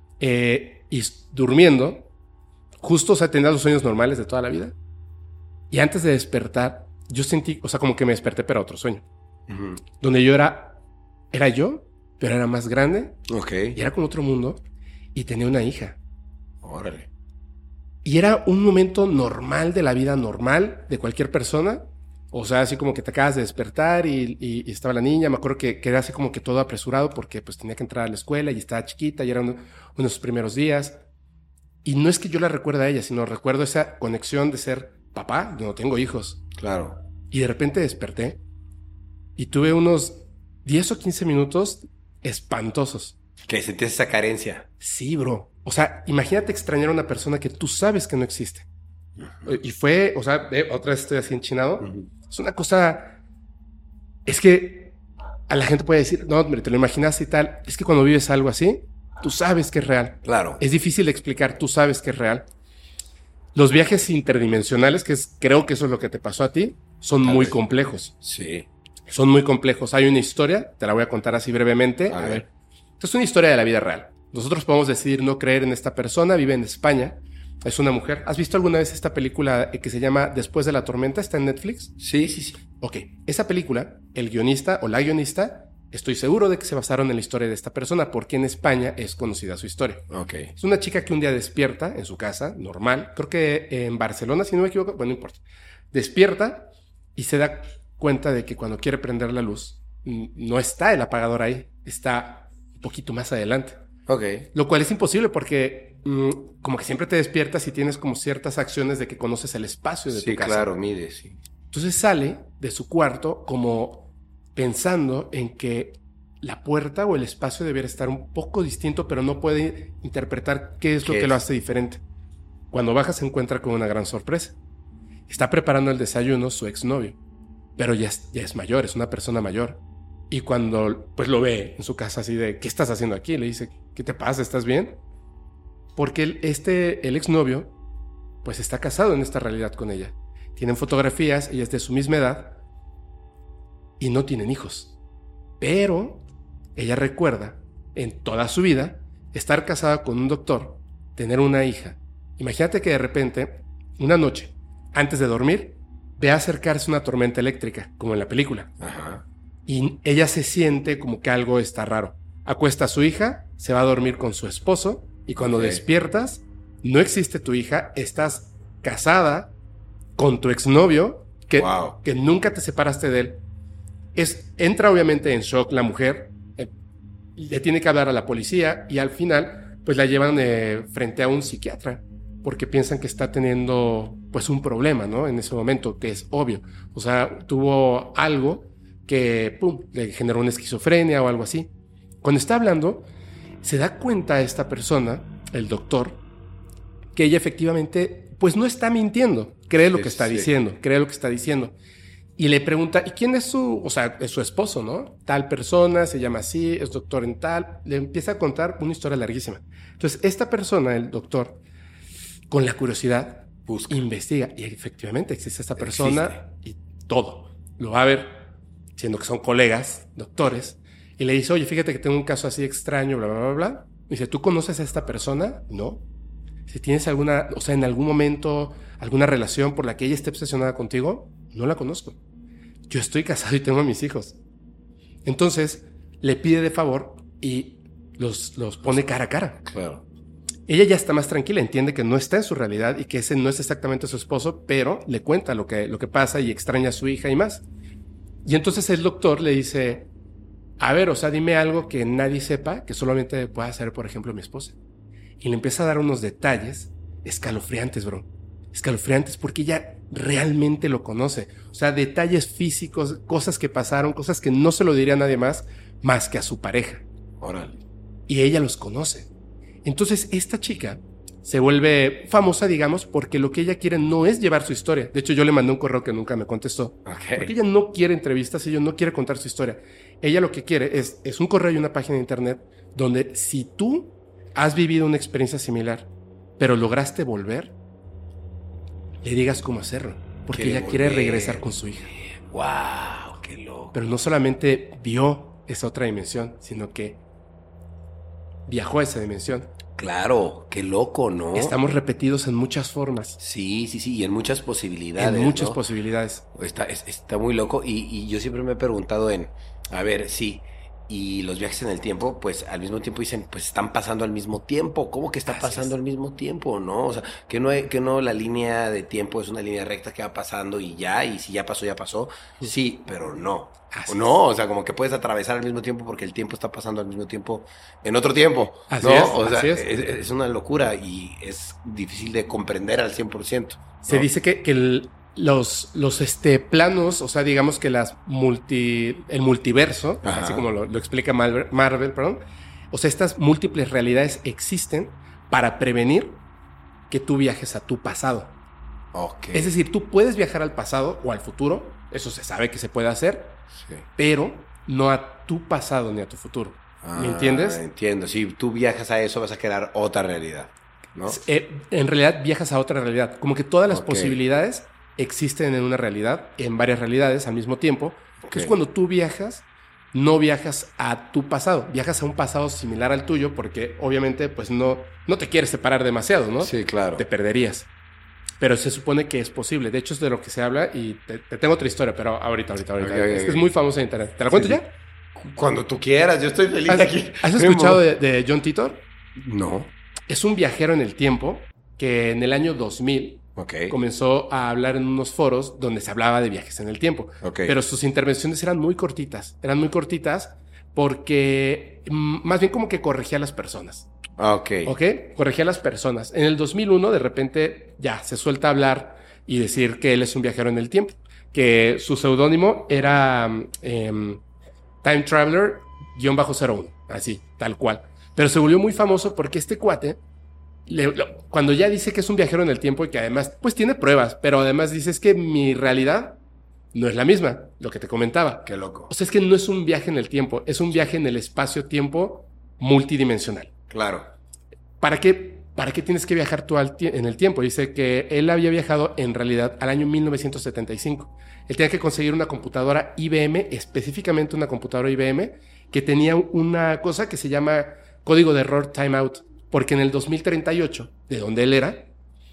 Eh, y durmiendo, justo, o sea, tenía los sueños normales de toda la vida. Y antes de despertar, yo sentí, o sea, como que me desperté, pero a otro sueño. Uh-huh. Donde yo era, era yo, pero era más grande. Ok. Y era como otro mundo. Y tenía una hija. Órale. Y era un momento normal de la vida normal de cualquier persona. O sea, así como que te acabas de despertar y, y, y estaba la niña. Me acuerdo que, que era así como que todo apresurado porque pues tenía que entrar a la escuela y estaba chiquita y eran uno, uno de sus primeros días. Y no es que yo la recuerde a ella, sino recuerdo esa conexión de ser papá. Yo no tengo hijos. Claro. Y de repente desperté y tuve unos diez o quince minutos espantosos. Que sentías esa carencia. Sí, bro. O sea, imagínate extrañar a una persona que tú sabes que no existe. Uh-huh. Y fue, o sea, eh, otra vez estoy así enchinado. Uh-huh. Es una cosa... Es que a la gente puede decir, no, hombre, te lo imaginaste y tal. Es que cuando vives algo así, tú sabes que es real. Claro. Es difícil de explicar, tú sabes que es real. Los viajes interdimensionales, que es, creo que eso es lo que te pasó a ti, son tal muy vez. complejos. Sí. Son muy complejos. Hay una historia, te la voy a contar así brevemente. A, a ver. ver. Esto es una historia de la vida real. Nosotros podemos decidir no creer en esta persona, vive en España, es una mujer. ¿Has visto alguna vez esta película que se llama Después de la tormenta? ¿Está en Netflix? Sí, sí, sí. Ok, esa película, el guionista o la guionista, estoy seguro de que se basaron en la historia de esta persona porque en España es conocida su historia. Ok. Es una chica que un día despierta en su casa, normal, creo que en Barcelona, si no me equivoco, bueno, no importa. Despierta y se da cuenta de que cuando quiere prender la luz, no está el apagador ahí, está un poquito más adelante. Ok. Lo cual es imposible porque mmm, como que siempre te despiertas y tienes como ciertas acciones de que conoces el espacio de sí, tu casa. Sí, claro, mide, sí. Entonces sale de su cuarto como pensando en que la puerta o el espacio debiera estar un poco distinto, pero no puede interpretar qué es lo ¿Qué que es? lo hace diferente. Cuando baja se encuentra con una gran sorpresa. Está preparando el desayuno su exnovio, pero ya es, ya es mayor, es una persona mayor. Y cuando pues lo ve en su casa así de, ¿qué estás haciendo aquí? Le dice, ¿qué te pasa? ¿Estás bien? Porque el, este, el exnovio pues está casado en esta realidad con ella. Tienen fotografías, ella es de su misma edad y no tienen hijos. Pero ella recuerda en toda su vida estar casada con un doctor, tener una hija. Imagínate que de repente, una noche, antes de dormir, ve acercarse una tormenta eléctrica, como en la película. Ajá. Y ella se siente como que algo está raro. Acuesta a su hija, se va a dormir con su esposo y cuando okay. despiertas, no existe tu hija, estás casada con tu exnovio que, wow. que nunca te separaste de él. Es, entra obviamente en shock la mujer, eh, le tiene que hablar a la policía y al final pues la llevan eh, frente a un psiquiatra porque piensan que está teniendo pues un problema, ¿no? En ese momento, que es obvio. O sea, tuvo algo que pum, le generó una esquizofrenia o algo así. Cuando está hablando, se da cuenta esta persona, el doctor, que ella efectivamente pues no está mintiendo, cree lo que está sí. diciendo, cree lo que está diciendo. Y le pregunta, ¿y quién es su, o sea, es su esposo, ¿no? Tal persona, se llama así, es doctor en tal. Le empieza a contar una historia larguísima. Entonces, esta persona, el doctor, con la curiosidad, busca, investiga. Y efectivamente existe esta persona existe. Y todo. Lo va a ver, siendo que son colegas, doctores. Y le dice, oye, fíjate que tengo un caso así extraño, bla, bla, bla, bla. Y dice, ¿tú conoces a esta persona? No. Si tienes alguna, o sea, en algún momento, alguna relación por la que ella esté obsesionada contigo, no la conozco. Yo estoy casado y tengo a mis hijos. Entonces, le pide de favor y los, los pone cara a cara. Claro. Ella ya está más tranquila, entiende que no está en su realidad y que ese no es exactamente su esposo, pero le cuenta lo que, lo que pasa y extraña a su hija y más. Y entonces el doctor le dice, a ver, o sea, dime algo que nadie sepa, que solamente pueda hacer, por ejemplo, mi esposa. Y le empieza a dar unos detalles escalofriantes, bro. Escalofriantes porque ella realmente lo conoce. O sea, detalles físicos, cosas que pasaron, cosas que no se lo diría a nadie más, más que a su pareja. Órale. Y ella los conoce. Entonces, esta chica se vuelve famosa, digamos, porque lo que ella quiere no es llevar su historia. De hecho, yo le mandé un correo que nunca me contestó. Okay. Porque ella no quiere entrevistas, ella no quiere contar su historia. Ella lo que quiere es, es un correo y una página de internet donde si tú has vivido una experiencia similar, pero lograste volver, le digas cómo hacerlo. Porque ella quiere regresar con su hija. ¡Wow! ¡Qué loco! Pero no solamente vio esa otra dimensión, sino que viajó a esa dimensión. Claro, qué loco, ¿no? Estamos repetidos en muchas formas. Sí, sí, sí, y en muchas posibilidades. En muchas ¿no? posibilidades. Está, es, está muy loco y, y yo siempre me he preguntado en, a ver, sí, Y los viajes en el tiempo, pues al mismo tiempo dicen, pues están pasando al mismo tiempo. ¿Cómo que está Así pasando es. al mismo tiempo? ¿No? O sea, que no, hay- que no la línea de tiempo es una línea recta que va pasando y ya, y si ya pasó, ya pasó. Sí, pero no. Así O no, o sea, como que puedes atravesar al mismo tiempo porque el tiempo está pasando al mismo tiempo en otro tiempo. Así ¿no? es, O sea, así es. es, es una locura y es difícil de comprender al cien por ciento. Se ¿no? dice que, que el- los, los este, planos, o sea, digamos que las multi, el multiverso, Ajá. así como lo, lo explica Marvel, Marvel, perdón, o sea, estas múltiples realidades existen para prevenir que tú viajes a tu pasado. Ok. Es decir, tú puedes viajar al pasado o al futuro, eso se sabe que se puede hacer, Sí. pero no a tu pasado ni a tu futuro. ¿Me Ah, entiendes? Entiendo. Si tú viajas a eso, vas a crear otra realidad, ¿no? Eh, en realidad viajas a otra realidad. Como que todas las Ok. posibilidades existen en una realidad, en varias realidades al mismo tiempo. Ok. Es cuando tú viajas, no viajas a tu pasado, viajas a un pasado similar al tuyo, porque obviamente pues no, no te quieres separar demasiado, ¿no? Sí, claro. Te perderías. Pero se supone que es posible. De hecho, es de lo que se habla y te, te tengo otra historia, pero ahorita, ahorita, ahorita. Ok, ok, es que ok. es muy famosa en internet. ¿Te la cuento Sí, ya? Cuando tú quieras, yo estoy feliz ¿Has, aquí. has escuchado de, de John Titor? No. Es un viajero en el tiempo que en el año dos mil Ok. comenzó a hablar en unos foros donde se hablaba de viajes en el tiempo. Ok. Pero sus intervenciones eran muy cortitas. Eran muy cortitas porque mm, más bien como que corregía a las personas. Ah, ok. ¿Ok? Corregía a las personas. En el dos mil uno de repente ya se suelta a hablar y decir que él es un viajero en el tiempo. Que su seudónimo era mm, em, Time Traveler cero uno. Así, tal cual. Pero se volvió muy famoso porque este cuate le- lo- cuando ya dice que es un viajero en el tiempo y que además, pues tiene pruebas, pero además dice es que mi realidad no es la misma, lo que te comentaba. Qué loco. O sea, es que no es un viaje en el tiempo, es un viaje en el espacio-tiempo multidimensional. Claro. ¿Para qué, para qué tienes que viajar tú al tie- en el tiempo? Dice que él había viajado en realidad al año mil novecientos setenta y cinco. Él tenía que conseguir una computadora I B M, específicamente una computadora I B M, que tenía una cosa que se llama código de error timeout. Porque en el dos mil treinta y ocho, de donde él era,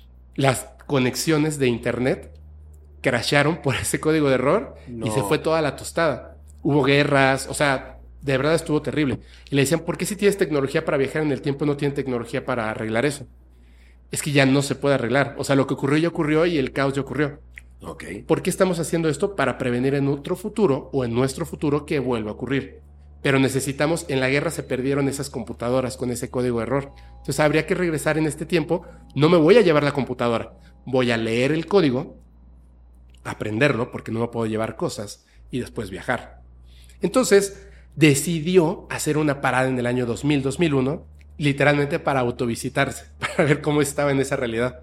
las conexiones de internet crasharon por ese código de error No. y se fue toda la tostada. Hubo guerras, o sea, de verdad estuvo terrible. Y le decían, ¿por qué si tienes tecnología para viajar en el tiempo no tienes tecnología para arreglar eso? Es que ya no se puede arreglar. O sea, lo que ocurrió ya ocurrió y el caos ya ocurrió. Ok. ¿Por qué estamos haciendo esto? Para prevenir en otro futuro o en nuestro futuro que vuelva a ocurrir. Pero necesitamos, en la guerra se perdieron esas computadoras con ese código de error. Entonces habría que regresar en este tiempo. No me voy a llevar la computadora. Voy a leer el código, aprenderlo, porque no me puedo llevar cosas, y después viajar. Entonces decidió hacer una parada en el año dos mil, dos mil uno, literalmente para autovisitarse, para ver cómo estaba en esa realidad.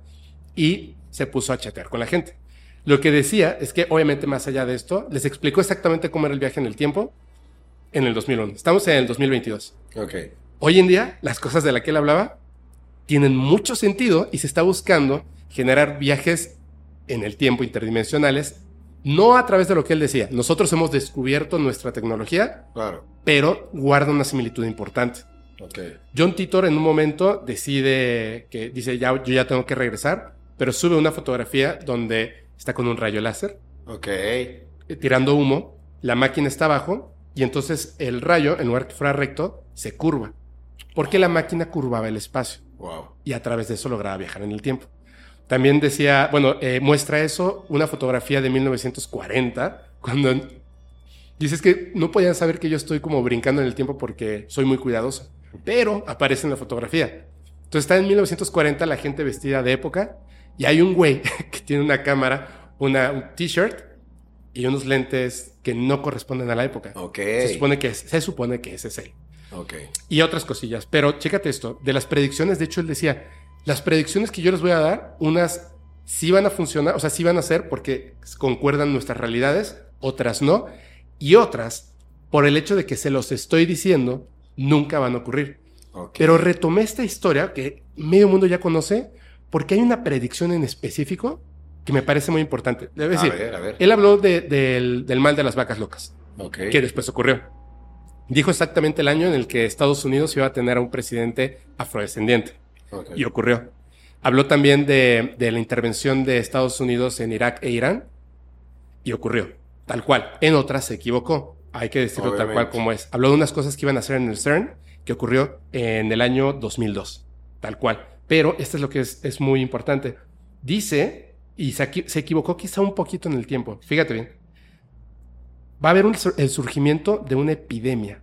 Y se puso a chatear con la gente. Lo que decía es que, obviamente, más allá de esto, les explicó exactamente cómo era el viaje en el tiempo en el dos mil uno. Estamos en el dos mil veintidós. Ok. Hoy en día, las cosas de las que él hablaba tienen mucho sentido y se está buscando generar viajes en el tiempo interdimensionales, no a través de lo que él decía. Nosotros hemos descubierto nuestra tecnología, Claro. pero guarda una similitud importante. Ok. John Titor en un momento decide que dice, ya, yo ya tengo que regresar, pero sube una fotografía donde está con un rayo láser, Ok. eh, tirando humo, la máquina está abajo y entonces el rayo, en lugar que fuera recto, se curva. Porque la máquina curvaba el espacio Wow. y a través de eso lograba viajar en el tiempo. También decía, bueno, eh, muestra eso una fotografía de mil novecientos cuarenta, cuando dices que no podían saber que yo estoy como brincando en el tiempo porque soy muy cuidadoso, pero aparece en la fotografía. Entonces está en mil novecientos cuarenta la gente vestida de época y hay un güey que tiene una cámara, una, un t-shirt y unos lentes que no corresponden a la época. Ok. Se supone que es, se supone que ese es él. Ok. Y otras cosillas. Pero chécate esto. De las predicciones, de hecho, él decía, las predicciones que yo les voy a dar, unas sí van a funcionar, o sea, sí van a ser porque concuerdan nuestras realidades, otras no. Y otras, por el hecho de que se los estoy diciendo, nunca van a ocurrir. Ok. Pero retomé esta historia que medio mundo ya conoce porque hay una predicción en específico que me parece muy importante. Debe A decir, ver, a ver. él habló de- del, del mal de las vacas locas, Ok. que después ocurrió. Dijo exactamente el año en el que Estados Unidos iba a tener a un presidente afrodescendiente. Ok. Y ocurrió. Habló también de, de la intervención de Estados Unidos en Irak e Irán. Y ocurrió. Tal cual. En otras se equivocó. hay que decirlo Obviamente. tal cual como es. Habló de unas cosas que iban a hacer en el CERN, que ocurrió en el año dos mil dos, tal cual. Pero esto es lo que es, es muy importante. Dice, y se, equi- se equivocó quizá un poquito en el tiempo, fíjate bien, va a haber un sur- el surgimiento de una epidemia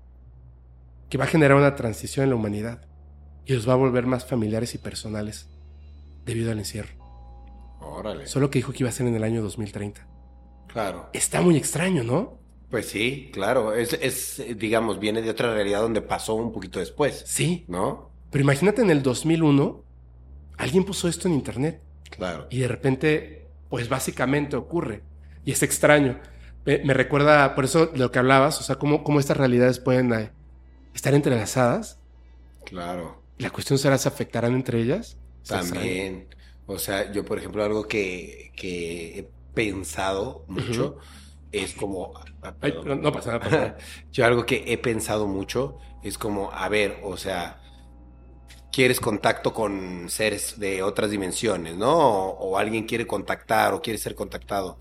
que va a generar una transición en la humanidad y los va a volver más familiares y personales debido al encierro. Órale. Solo que dijo que iba a ser en el año dos mil treinta. Claro. Está muy extraño, ¿no? Pues sí, claro. Es, es, digamos, viene de otra realidad donde pasó un poquito después, Sí. ¿no? Pero imagínate en el dos mil uno, alguien puso esto en internet Claro. y de repente, pues básicamente ocurre. Y es extraño. Me, me recuerda, por eso de lo que hablabas, o sea, cómo, cómo estas realidades pueden eh, estar entrelazadas. Claro. La cuestión será, ¿se afectarán entre ellas? Está extraño. También. O sea, yo, por ejemplo, algo que, que he pensado mucho es como... ah, Ay, perdón. no, no pasa nada. Pasa nada. Yo algo que he pensado mucho es como, a ver, o sea, quieres contacto con seres de otras dimensiones, ¿no? O, o alguien quiere contactar o quiere ser contactado.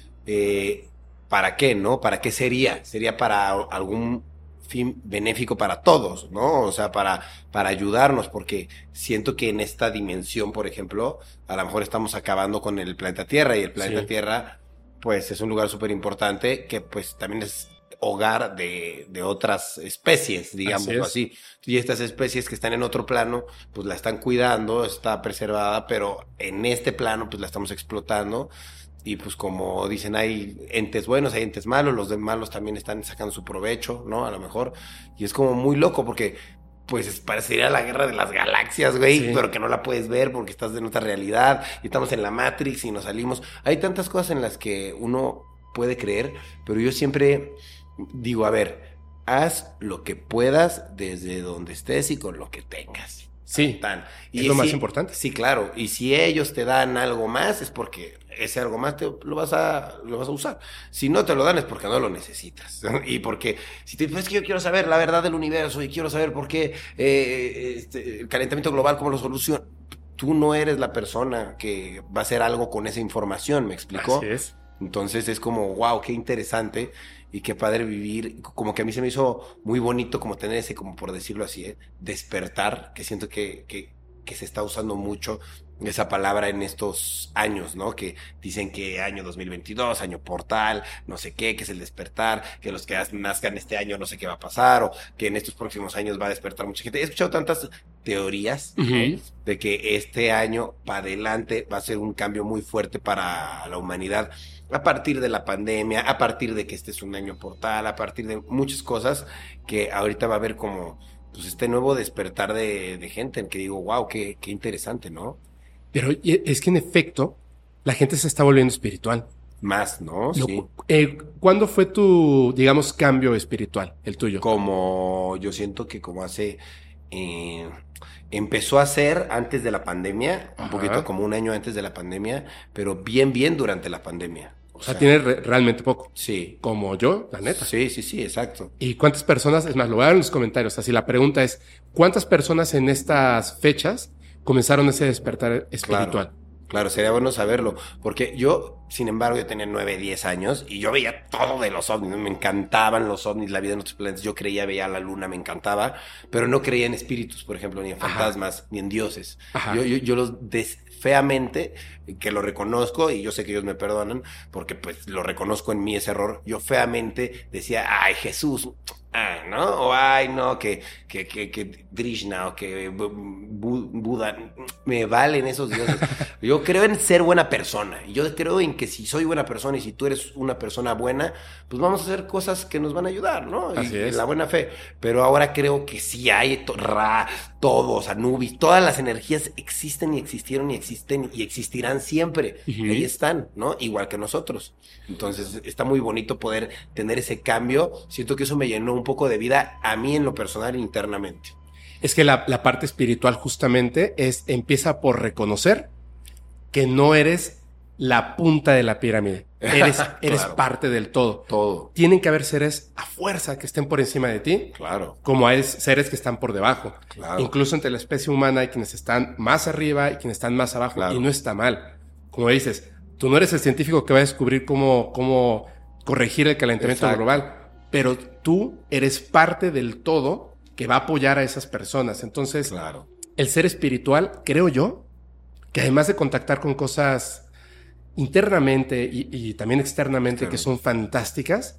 Eh, ¿Para qué, no? ¿Para qué sería? Sería para algún fin benéfico para todos, ¿no? O sea, para, para ayudarnos, porque siento que en esta dimensión, por ejemplo, a lo mejor estamos acabando con el planeta Tierra, y el planeta Sí. Tierra, pues, es un lugar súper importante que, pues, también es hogar de, de otras especies, digámoslo Así así. Y estas especies que están en otro plano, pues la están cuidando, está preservada, pero en este plano, pues la estamos explotando. Y pues como dicen, hay entes buenos, hay entes malos, los de malos también están sacando su provecho, ¿no? A lo mejor. Y es como muy loco porque, pues, parecería la guerra de las galaxias, güey, Sí. pero que no la puedes ver porque estás en otra realidad y estamos en la Matrix y nos salimos. Hay tantas cosas en las que uno puede creer, pero yo siempre digo, a ver, haz lo que puedas desde donde estés y con lo que tengas. Sí, Tan. es lo más importante. Sí, claro. Y si ellos te dan algo más, es porque ese algo más te lo vas a, lo vas a usar. Si no te lo dan, es porque no lo necesitas. Y porque, si te dices, es que yo quiero saber la verdad del universo y quiero saber por qué eh, este, el calentamiento global, cómo lo soluciona. Tú no eres la persona que va a hacer algo con esa información, ¿me explicó? así es. Entonces es como, wow, qué interesante y qué padre vivir. Como que a mí se me hizo muy bonito como tener ese, como por decirlo así, ¿eh? despertar, que siento que, que, que se está usando mucho esa palabra en estos años, ¿no? Que dicen que año dos mil veintidós, año portal, no sé qué, que es el despertar, que los que nazcan este año no sé qué va a pasar, o que en estos próximos años va a despertar mucha gente. He escuchado tantas teorías Ujú. de que este año para adelante va a ser un cambio muy fuerte para la humanidad a partir de la pandemia, a partir de que este es un año portal, a partir de muchas cosas que ahorita va a haber como pues este nuevo despertar de, de gente en que digo, wow, qué, qué interesante, ¿no? Pero y- es que en efecto, la gente se está volviendo espiritual. Más, ¿no? Lo- Sí. eh, ¿Cuándo fue tu, digamos, cambio espiritual, el tuyo? Como yo siento que como hace... Eh, empezó a ser antes de la pandemia, un Ajá. poquito como un año antes de la pandemia, pero bien, bien durante la pandemia. O sea, tienes re- realmente poco. Sí. Como yo, la neta. Sí, sí, sí, exacto. ¿Y cuántas personas? Es más, lo voy a dar en los comentarios. Así la pregunta es, ¿cuántas personas en estas fechas comenzaron ese despertar espiritual? Claro, claro, sería bueno saberlo, porque yo, sin embargo, yo tenía nueve, diez años y yo veía todo de los ovnis, ¿no? Me encantaban los ovnis, la vida en otros planetas, yo creía, veía la luna, me encantaba, pero no creía en espíritus, por ejemplo, ni en Ajá. fantasmas, ni en dioses. Ajá. Yo, yo, yo los des feamente, que lo reconozco y yo sé que ellos me perdonan, porque pues lo reconozco en mí ese error, yo feamente decía, ay Jesús, ah, ¿no? O ay no, que, que, que, que Drishna o que Bu- Buda, me valen esos dioses. Yo creo en ser buena persona, y yo creo en que si soy buena persona y si tú eres una persona buena, pues vamos a hacer cosas que nos van a ayudar, ¿no? Y- Así es. y la buena fe, pero ahora creo que sí hay to- Ra, todos, Anubis, todas las energías existen y existieron y existen y existirán siempre. Ujú. Y ahí están, ¿no? Igual que nosotros. Entonces está muy bonito poder tener ese cambio. Siento que eso me llenó un poco de vida a mí en lo personal internamente. Es que la, la parte espiritual justamente es, empieza por reconocer que no eres la punta de la pirámide. Eres, eres Claro. parte del todo. Todo. Tienen que haber seres a fuerza que estén por encima de ti, Claro. como hay seres que están por debajo. Claro. Incluso entre la especie humana hay quienes están más arriba y quienes están más abajo. Claro. Y no está mal. Como dices, tú no eres el científico que va a descubrir cómo, cómo corregir el calentamiento Exacto. global, pero tú eres parte del todo que va a apoyar a esas personas. Entonces, Claro. el ser espiritual, creo yo, que además de contactar con cosas internamente y, y también externamente que son fantásticas,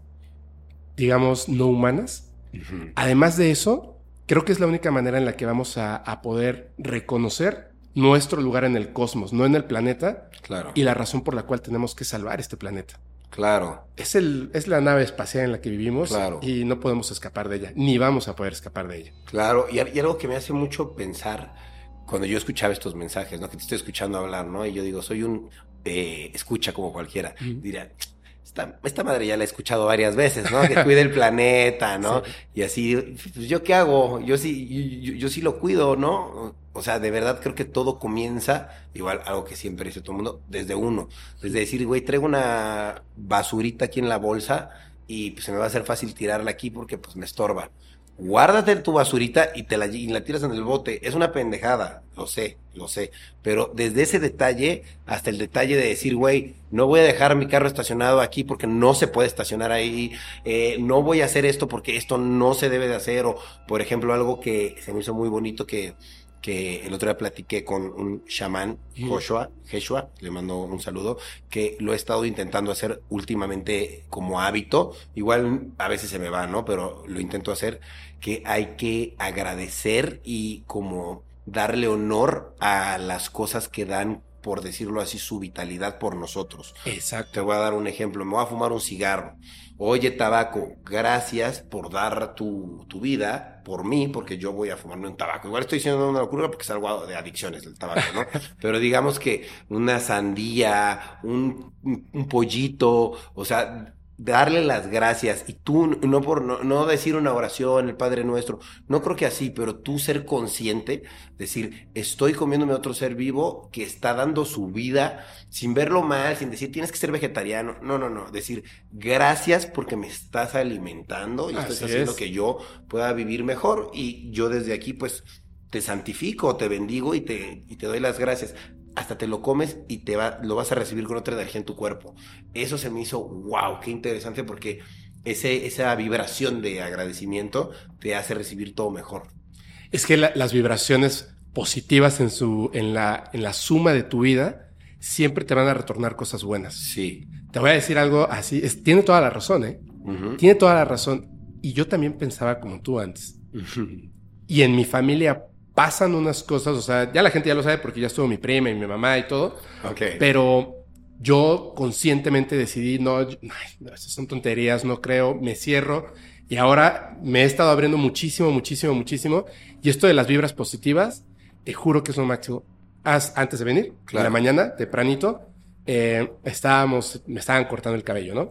digamos, no humanas, Ujú. además de eso, creo que es la única manera en la que vamos a, a poder reconocer nuestro lugar en el cosmos, no en el planeta, Claro. y la razón por la cual tenemos que salvar este planeta. Claro. Es, el, es la nave espacial en la que vivimos Claro. y no podemos escapar de ella, ni vamos a poder escapar de ella. Claro, y, y algo que me hace mucho pensar cuando yo escuchaba estos mensajes, ¿no? Que te estoy escuchando hablar, ¿no? Y yo digo, soy un eh, escucha como cualquiera. Ujú. Diría, esta, esta madre ya la he escuchado varias veces, ¿no? Que cuide el planeta, ¿no? Sí. Y así, pues, ¿yo qué hago? Yo sí, yo, yo- yo sí lo cuido, ¿no? O sea, de verdad creo que todo comienza, igual algo que siempre dice todo el mundo, desde uno. Desde decir, güey, traigo una basurita aquí en la bolsa y pues, se me va a hacer fácil tirarla aquí porque pues me estorba. Guárdate tu basurita y te la, y la tiras en el bote. Es una pendejada, lo sé, lo sé. Pero desde ese detalle hasta el detalle de decir, güey, no voy a dejar mi carro estacionado aquí porque no se puede estacionar ahí. Eh, no voy a hacer esto porque esto no se debe de hacer. O, por ejemplo, algo que se me hizo muy bonito que, que el otro día platiqué con un chamán, Joshua, Jeshua, le mando un saludo, que lo he estado intentando hacer últimamente como hábito. Igual a veces se me va, ¿no? Pero lo intento hacer, que hay que agradecer y como darle honor a las cosas que dan, por decirlo así, su vitalidad por nosotros. Exacto. Te voy a dar un ejemplo, me voy a fumar un cigarro. Oye, tabaco, gracias por dar tu, tu vida por mí, porque yo voy a fumarme un tabaco. Igual estoy diciendo una locura porque es algo de adicciones el tabaco, ¿no? Pero digamos que una sandía, un, un, un pollito, o sea, darle las gracias. Y tú, no por no, no decir una oración, el Padre Nuestro, no creo que así, pero tú ser consciente, decir, estoy comiéndome otro ser vivo que está dando su vida sin verlo mal, sin decir, tienes que ser vegetariano. No, no, no. Decir, gracias porque me estás alimentando y Así estás haciendo es. que yo pueda vivir mejor. Y yo desde aquí, pues, te santifico, te bendigo y te, y te doy las gracias. Hasta te lo comes y te va, lo vas a recibir con otra energía en tu cuerpo. Eso se me hizo, wow, qué interesante, porque ese, esa vibración de agradecimiento te hace recibir todo mejor. Es que la- las vibraciones positivas en, su, en, la, en la suma de tu vida siempre te van a retornar cosas buenas. Sí. Te voy a decir algo así, es- tiene toda la razón, ¿eh? Uh-huh. Tiene toda la razón. Y yo también pensaba como tú antes. Uh-huh. Y en mi familia pasan unas cosas, o sea, ya la gente ya lo sabe porque ya estuvo mi prima y mi mamá y todo, Ok. pero yo conscientemente decidí, no, yo- ay, no, esas son tonterías, no creo, me cierro. Y ahora me he estado abriendo muchísimo, muchísimo, muchísimo. Y esto de las vibras positivas, te juro que es lo máximo. Haz- antes de venir, Claro. en la mañana, tempranito, eh, estábamos, me estaban cortando el cabello, ¿no?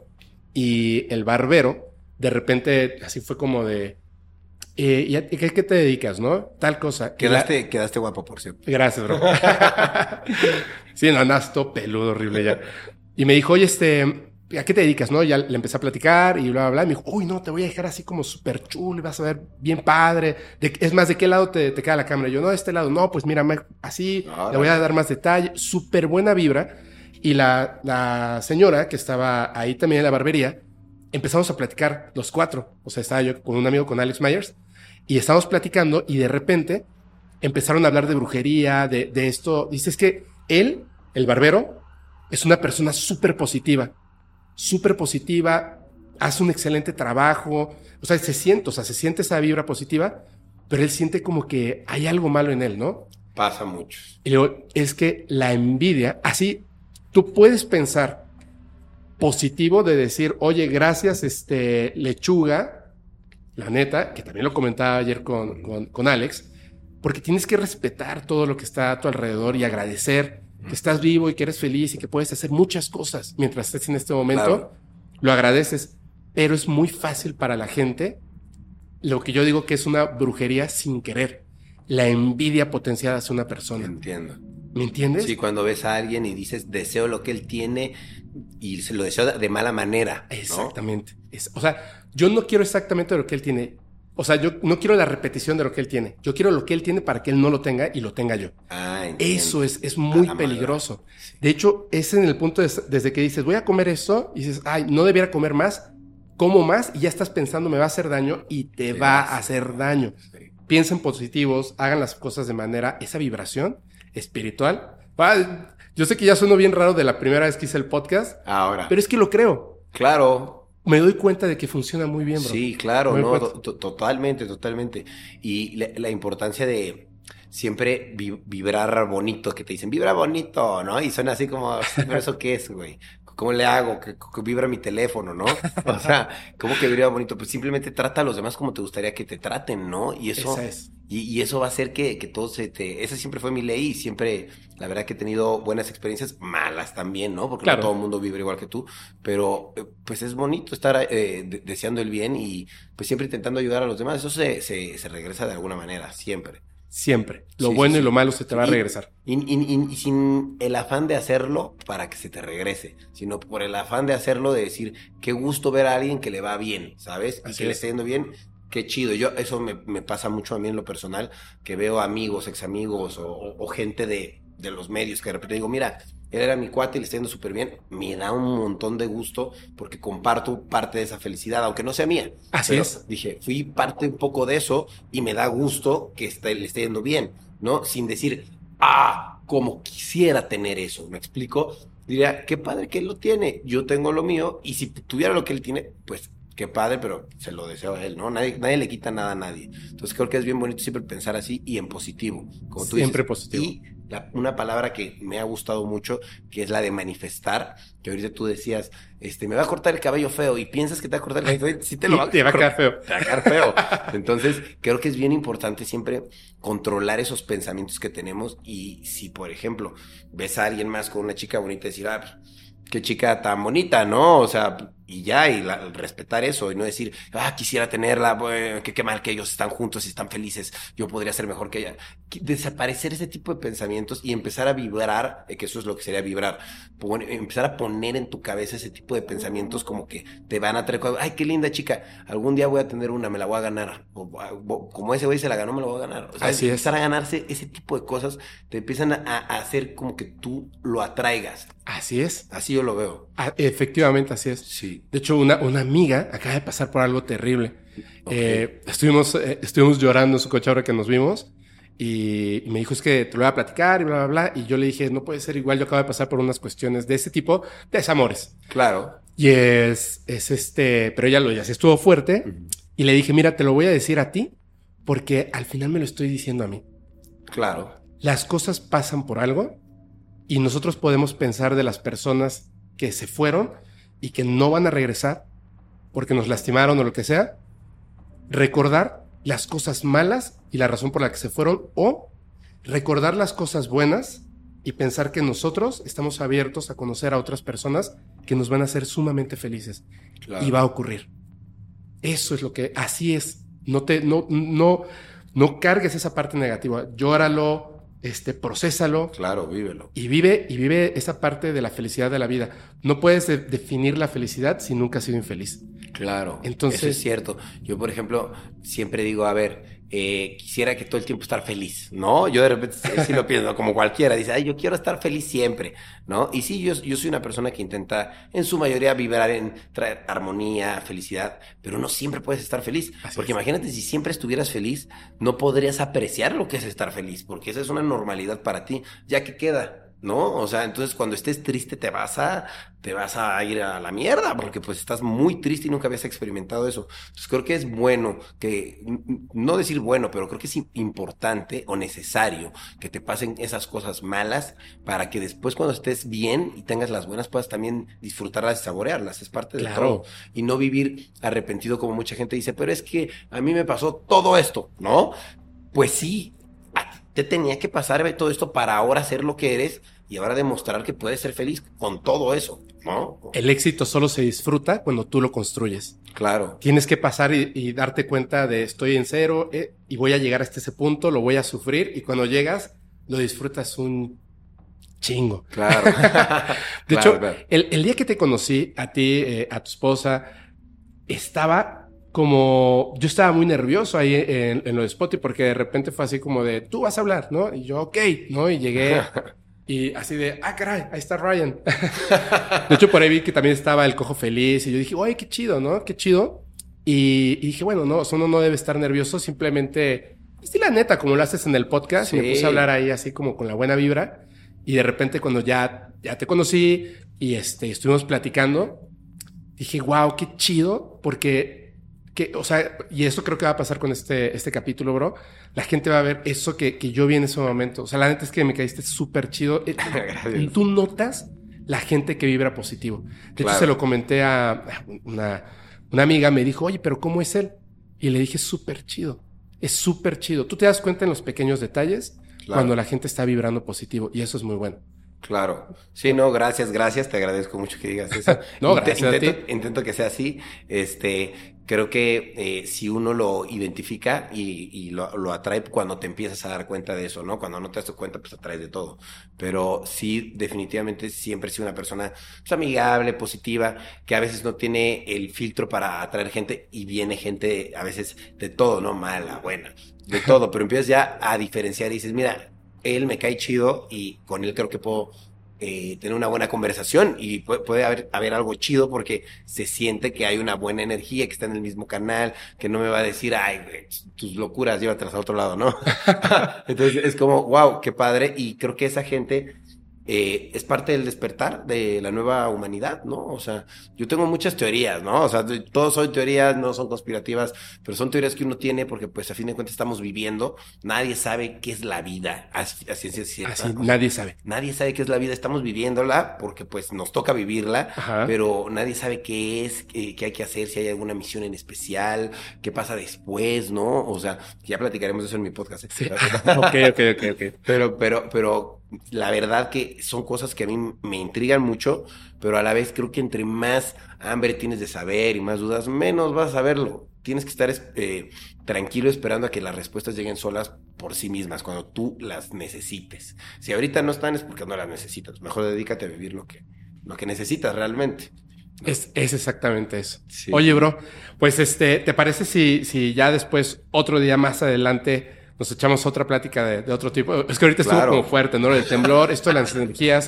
Y el barbero, de repente, así fue como de, eh, ¿y a qué, qué te dedicas, no? Tal cosa. Y la- Quedaste, quedaste guapo, por cierto. Gracias, bro. Sí, no, andas todo peludo, horrible ya. Y me dijo, oye, este, ¿a qué te dedicas, no? Ya le empecé a platicar y bla, bla, bla. Y me dijo, uy, no, te voy a dejar así como súper chulo y vas a ver bien padre. De- es más, ¿de qué lado te, te queda la cámara? Y yo, no, de este lado. No, pues mira, me- así, Órale. le voy a dar más detalle. Súper buena vibra. Y la, la señora que estaba ahí también en la barbería, empezamos a platicar los cuatro. O sea, estaba yo con un amigo, con Alex Myers, y estábamos platicando y de repente empezaron a hablar de brujería, de, de esto. Dice, es que él, el barbero, es una persona súper positiva, súper positiva, hace un excelente trabajo, o sea, se siente, o sea, se siente esa vibra positiva, pero él siente como que hay algo malo en él, ¿no? Pasa mucho. Y luego, es que la envidia, así, tú puedes pensar positivo de decir, oye, gracias, este, lechuga, la neta, que también lo comentaba ayer con, con, con Alex, porque tienes que respetar todo lo que está a tu alrededor y agradecer que estás vivo y que eres feliz y que puedes hacer muchas cosas mientras estés en este momento. Claro. Lo agradeces, pero es muy fácil para la gente lo que yo digo que es una brujería sin querer, la envidia potenciada hacia una persona. Entiendo. ¿Me entiendes? Sí, cuando ves a alguien y dices, deseo lo que él tiene y se lo deseo de mala manera, ¿no? Exactamente. Es- o sea, yo no quiero exactamente lo que él tiene. O sea, yo no quiero la repetición de lo que él tiene. Yo quiero lo que él tiene para que él no lo tenga y lo tenga yo. Ah, entiendo. Eso es, es A muy la peligroso. Sí. De hecho, es en el punto de- desde que dices, voy a comer esto, y dices, ay, no debiera comer más, como más y ya estás pensando me va a hacer daño y te Sí, va sí, a hacer sí. daño. Sí. Piensen positivos, hagan las cosas de manera, esa vibración espiritual. Ah, yo sé que ya sueno bien raro de la primera vez que hice el podcast, Ahora, pero es que lo creo. claro, Me doy cuenta de que funciona muy bien, bro. sí, claro, Me doy no, cuenta. to- to- totalmente, totalmente. Y la, la importancia de siempre vi- vibrar bonito, que te dicen, vibra bonito, ¿no? Y suena así como, sí, pero ¿eso qué es, güey? ¿Cómo le hago? Que, que vibra mi teléfono, ¿no? O sea, ¿cómo que vibra bonito? Pues simplemente trata a los demás como te gustaría que te traten, ¿no? Y eso, Esa es. y, y eso va a hacer que, que todo se te... Esa siempre fue mi ley y siempre, la verdad que he tenido buenas experiencias, malas también, ¿no? Porque Claro. no todo el mundo vibra igual que tú, pero eh, pues es bonito estar eh, de- deseando el bien y pues siempre intentando ayudar a los demás. Eso se, se, se regresa de alguna manera, siempre. Siempre. Lo Sí, bueno sí, y sí. lo malo se te va a Y- regresar. Y, y- y- y sin el afán de hacerlo para que se te regrese, sino por el afán de hacerlo de decir, qué gusto ver a alguien que le va bien, ¿sabes? Y Así que le es. esté yendo bien, qué chido. Yo, eso me, me pasa mucho a mí en lo personal, que veo amigos, ex amigos o, o- o gente de, de los medios que de repente digo, mira, él era mi cuate y le está yendo súper bien. Me da un montón de gusto porque comparto parte de esa felicidad, aunque no sea mía. Así Pero es. Dije, fui parte un poco de eso y me da gusto que esté, le esté yendo bien, ¿no? Sin decir, ah, como quisiera tener eso, ¿me explico? Diría, qué padre que él lo tiene, yo tengo lo mío, y si tuviera lo que él tiene, pues qué padre, pero se lo deseo a él, ¿no? Nadie, nadie le quita nada a nadie. Entonces creo que es bien bonito siempre pensar así y en positivo, como tú Siempre dices. positivo. Y la- una palabra que me ha gustado mucho, que es la de manifestar, que ahorita tú decías, este, me va a cortar el cabello feo, y piensas que te va a cortar el cabello feo, sí te lo Y va a te va a quedar feo. te va a quedar feo. Entonces, creo que es bien importante siempre controlar esos pensamientos que tenemos y si, por ejemplo, ves a alguien más con una chica bonita, decir, ah, pues, qué chica tan bonita, ¿no? O sea, y ya, y la- respetar eso, y no decir, ah, quisiera tenerla, bueno, que qué mal que ellos están juntos y están felices, yo podría ser mejor que ella. Que- Desaparecer ese tipo de pensamientos y empezar a vibrar, eh, que eso es lo que sería vibrar, pon- empezar a poner en tu cabeza ese tipo de pensamientos como que te van a traer, cosas, ay, qué linda chica, algún día voy a tener una, me la voy a ganar, o, o, como ese güey se la ganó, me la voy a ganar. O sea, Así es. empezar a ganarse ese tipo de cosas, te empiezan a, a hacer como que tú lo atraigas. Así es. Así yo lo veo. Ah, efectivamente, así es. Sí. De hecho, una, una amiga acaba de pasar por algo terrible. Ok. Eh, estuvimos, eh, estuvimos llorando en su coche ahora que nos vimos y me dijo, es que te lo voy a platicar y bla, bla, bla. Y yo le dije, no puede ser igual, yo acabo de pasar por unas cuestiones de ese tipo, de desamores. Claro. Y es, es este, pero ella lo ya se estuvo fuerte y le dije, mira, te lo voy a decir a ti porque al final me lo estoy diciendo a mí. Claro. Las cosas pasan por algo y nosotros podemos pensar de las personas que se fueron y que no van a regresar porque nos lastimaron o lo que sea, recordar las cosas malas y la razón por la que se fueron o recordar las cosas buenas y pensar que nosotros estamos abiertos a conocer a otras personas que nos van a hacer sumamente felices. Claro. Y va a ocurrir. Eso es lo que, así es. No te, no, no, no cargues esa parte negativa. Llóralo, este, procésalo Claro, vívelo. y vive, y vive esa parte de la felicidad de la vida. No puedes de- definir la felicidad si nunca has sido infeliz. Claro. Entonces- Eso es cierto. Yo, por ejemplo, siempre digo, a ver, eh, quisiera que todo el tiempo estar feliz, ¿no? Yo de repente sí, sí lo pienso, como cualquiera, dice, ay, yo quiero estar feliz siempre, ¿no? Y sí, yo, yo soy una persona que intenta, en su mayoría, vibrar en traer armonía, felicidad, pero no siempre puedes estar feliz. Así Porque es. imagínate, si siempre estuvieras feliz, no podrías apreciar lo que es estar feliz, porque esa es una normalidad para ti, ya que queda. ¿No? O sea, entonces cuando estés triste te vas a, te vas a ir a la mierda, porque pues estás muy triste y nunca habías experimentado eso. Entonces creo que es bueno que, n- n- no decir bueno, pero creo que es im- importante o necesario que te pasen esas cosas malas para que después cuando estés bien y tengas las buenas puedas también disfrutarlas y saborearlas. Es parte de Claro. todo. Y no vivir arrepentido como mucha gente dice, pero es que a mí me pasó todo esto, ¿no? Pues sí, a ti te tenía que pasar todo esto para ahora ser lo que eres y ahora demostrar que puedes ser feliz con todo eso, ¿no? El éxito solo se disfruta cuando tú lo construyes. Claro, Tienes que pasar y, y darte cuenta de estoy en cero eh, y voy a llegar hasta ese punto, lo voy a sufrir y cuando llegas lo disfrutas un chingo. claro. De Claro, hecho, claro. el, el día que te conocí, a ti, eh, a tu esposa, estaba como... Yo estaba muy nervioso ahí en, en lo de Spotify porque de repente fue así como de, tú vas a hablar, ¿no? Y yo, ok, ¿no? Y llegué Y así de, ah, caray, ahí está Ryan. De hecho, por ahí vi que también estaba el Cojo Feliz. Y yo dije, oye, qué chido, ¿no? Qué chido. Y, y dije, bueno, no, o sea, uno no debe estar nervioso. Simplemente, sí, la neta, como lo haces en el podcast. Sí. Y me puse a hablar ahí así como con la buena vibra. Y de repente cuando ya, ya te conocí y este, estuvimos platicando, dije, wow, qué chido. Porque... Que, o sea, y eso creo que va a pasar con este, este capítulo, bro. La gente va a ver eso que, que yo vi en ese momento. O sea, la neta es que me caíste súper chido. Y tú notas la gente que vibra positivo. De Claro. hecho, se lo comenté a una, una amiga, me dijo, oye, pero ¿cómo es él? Y le dije, súper chido. Es súper chido. Tú te das cuenta en los pequeños detalles Claro. cuando la gente está vibrando positivo. Y eso es muy bueno. Claro. Sí, no, gracias, gracias. Te agradezco mucho que digas eso. No, Inte- gracias a intento, ti. intento que sea así. Este, creo que eh, si uno lo identifica y, y lo, lo atrae cuando te empiezas a dar cuenta de eso, ¿no? Cuando no te das cuenta, pues atraes de todo. Pero sí, definitivamente siempre he sido una persona pues, amigable, positiva, que a veces no tiene el filtro para atraer gente y viene gente a veces de todo, ¿no? Mala, buena, de todo. Pero empiezas ya a diferenciar y dices, mira, él me cae chido y con él creo que puedo eh, tener una buena conversación y puede, puede haber, haber algo chido porque se siente que hay una buena energía, que está en el mismo canal, que no me va a decir, ay, güey, tus locuras, llévatelas a otro lado, ¿no? Entonces es como, wow, qué padre. Y creo que esa gente eh, es parte del despertar de la nueva humanidad, ¿no? O sea, yo tengo muchas teorías, ¿no? O sea, todos son teorías, no son conspirativas, pero son teorías que uno tiene porque, pues, a fin de cuentas estamos viviendo. Nadie sabe qué es la vida, a, a ciencia cierta. Así, nadie sabe. Nadie sabe qué es la vida, estamos viviéndola porque, pues, nos toca vivirla, Ajá. pero nadie sabe qué es, qué, qué hay que hacer, si hay alguna misión en especial, qué pasa después, ¿no? O sea, ya platicaremos de eso en mi podcast, ¿eh? Sí. Ok, ok, ok, ok. Pero, pero, pero la verdad que son cosas que a mí me intrigan mucho, pero a la vez creo que entre más hambre tienes de saber y más dudas, menos vas a saberlo. Tienes que estar eh, tranquilo esperando a que las respuestas lleguen solas por sí mismas, cuando tú las necesites. Si ahorita no están es porque no las necesitas. Mejor dedícate a vivir lo que, lo que necesitas realmente. Es, es exactamente eso. Sí. Oye, bro, pues este, ¿te parece si, si ya después, otro día más adelante, nos echamos otra plática de, de otro tipo? Es que ahorita Claro. estuvo como fuerte, ¿no? El temblor, esto de las energías.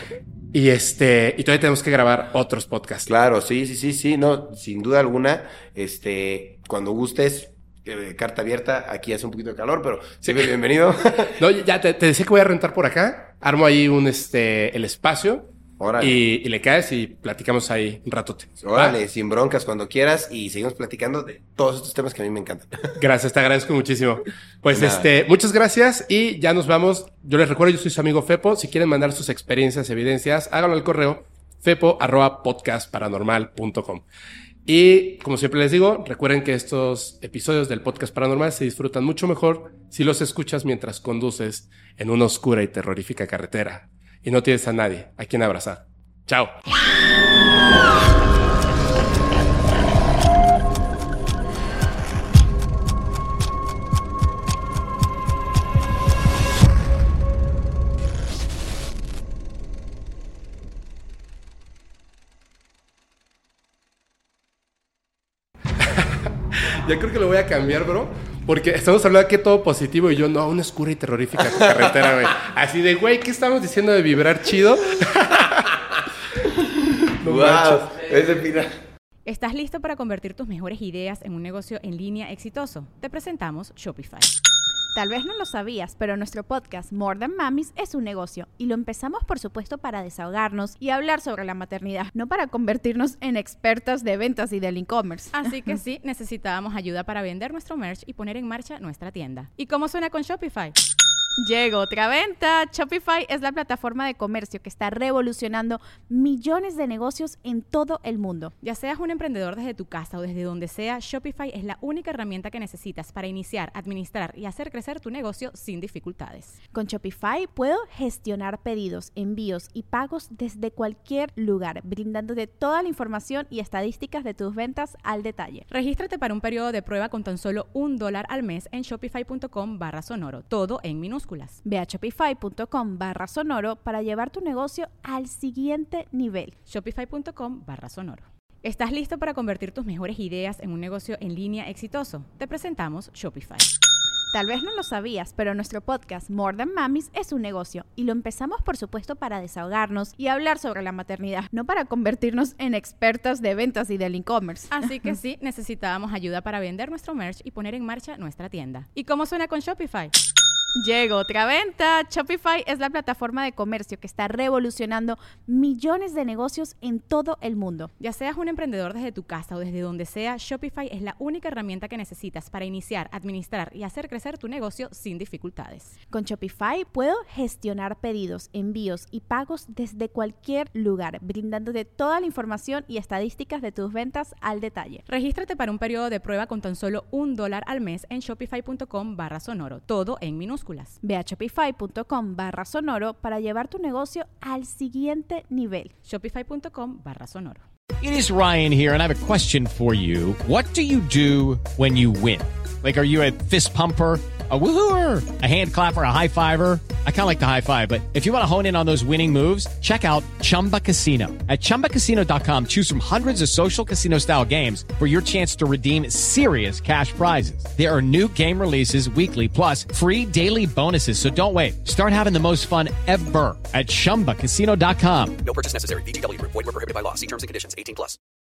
Y este, y todavía tenemos que grabar otros podcasts. Claro, sí, sí, sí, sí, no, sin duda alguna, este, cuando gustes, eh, carta abierta, aquí hace un poquito de calor, pero siempre bienvenido. No, ya te, te decía que voy a rentar por acá. Armo ahí un, este, el espacio. Órale. Y, y le caes y platicamos ahí un ratote. Órale, ¿Va? sin broncas cuando quieras y seguimos platicando de todos estos temas que a mí me encantan. Gracias, te agradezco muchísimo. Pues Nada. este, muchas gracias y ya nos vamos. Yo les recuerdo, yo soy su amigo Fepo. Si quieren mandar sus experiencias, evidencias, háganlo al correo fepo arroba podcast paranormal punto com. Y como siempre les digo, recuerden que estos episodios del podcast paranormal se disfrutan mucho mejor si los escuchas mientras conduces en una oscura y terrorífica carretera y no tienes a nadie a quien abrazar. Chao. Ya creo que lo voy a cambiar, bro. Porque estamos hablando de que todo positivo y yo, no, una oscura y terrorífica carretera, güey. Así de, güey, ¿qué estamos diciendo de vibrar chido? No ¡Wow! manches. Ese final. ¿Estás listo para convertir tus mejores ideas en un negocio en línea exitoso? Te presentamos Shopify. Tal vez no lo sabías, pero nuestro podcast More Than Mamis es un negocio y lo empezamos por supuesto para desahogarnos y hablar sobre la maternidad, no para convertirnos en expertas de ventas y del e-commerce. Así que sí, necesitábamos ayuda para vender nuestro merch y poner en marcha nuestra tienda. ¿Y cómo suena con Shopify? Llegó otra venta. Shopify es la plataforma de comercio que está revolucionando millones de negocios en todo el mundo. Ya seas un emprendedor desde tu casa o desde donde sea, Shopify es la única herramienta que necesitas para iniciar, administrar y hacer crecer tu negocio sin dificultades. Con Shopify puedo gestionar pedidos, envíos y pagos desde cualquier lugar, brindándote toda la información y estadísticas de tus ventas al detalle. Regístrate para un periodo de prueba con tan solo un dólar al mes en shopify.com barra sonoro, todo en minúsculas. Ve a shopify.com barra sonoro para llevar tu negocio al siguiente nivel. Shopify.com barra sonoro. ¿Estás listo para convertir tus mejores ideas en un negocio en línea exitoso? Te presentamos Shopify. Tal vez no lo sabías, pero nuestro podcast More Than Mamis es un negocio y lo empezamos por supuesto para desahogarnos y hablar sobre la maternidad, no para convertirnos en expertas de ventas y del e-commerce. Así que sí, necesitábamos ayuda para vender nuestro merch y poner en marcha nuestra tienda. ¿Y cómo suena con Shopify? Llegó otra venta. Shopify es la plataforma de comercio que está revolucionando millones de negocios en todo el mundo. Ya seas un emprendedor desde tu casa o desde donde sea, Shopify es la única herramienta que necesitas para iniciar, administrar y hacer crecer tu negocio sin dificultades. Con Shopify puedo gestionar pedidos, envíos y pagos desde cualquier lugar, brindándote toda la información y estadísticas de tus ventas al detalle. Regístrate para un periodo de prueba con tan solo un dólar al mes en shopify.com barra sonoro, todo en minúsculas. Ve a shopify.com barra sonoro para llevar tu negocio al siguiente nivel. Shopify.com barra sonoro. It is Ryan here, and I have a question for you. What do you do when you win? Like, are you a fist pumper, a woohooer, a hand clapper, a high fiver? I kind of like the high five, but if you want to hone in on those winning moves, check out Chumba Casino. At chumba casino dot com, choose from hundreds of social casino style games for your chance to redeem serious cash prizes. There are new game releases weekly, plus free daily bonuses. So don't wait. Start having the most fun ever at chumba casino dot com. No purchase necessary. V G W Group. Void where prohibited by law. See terms and conditions. eighteen plus.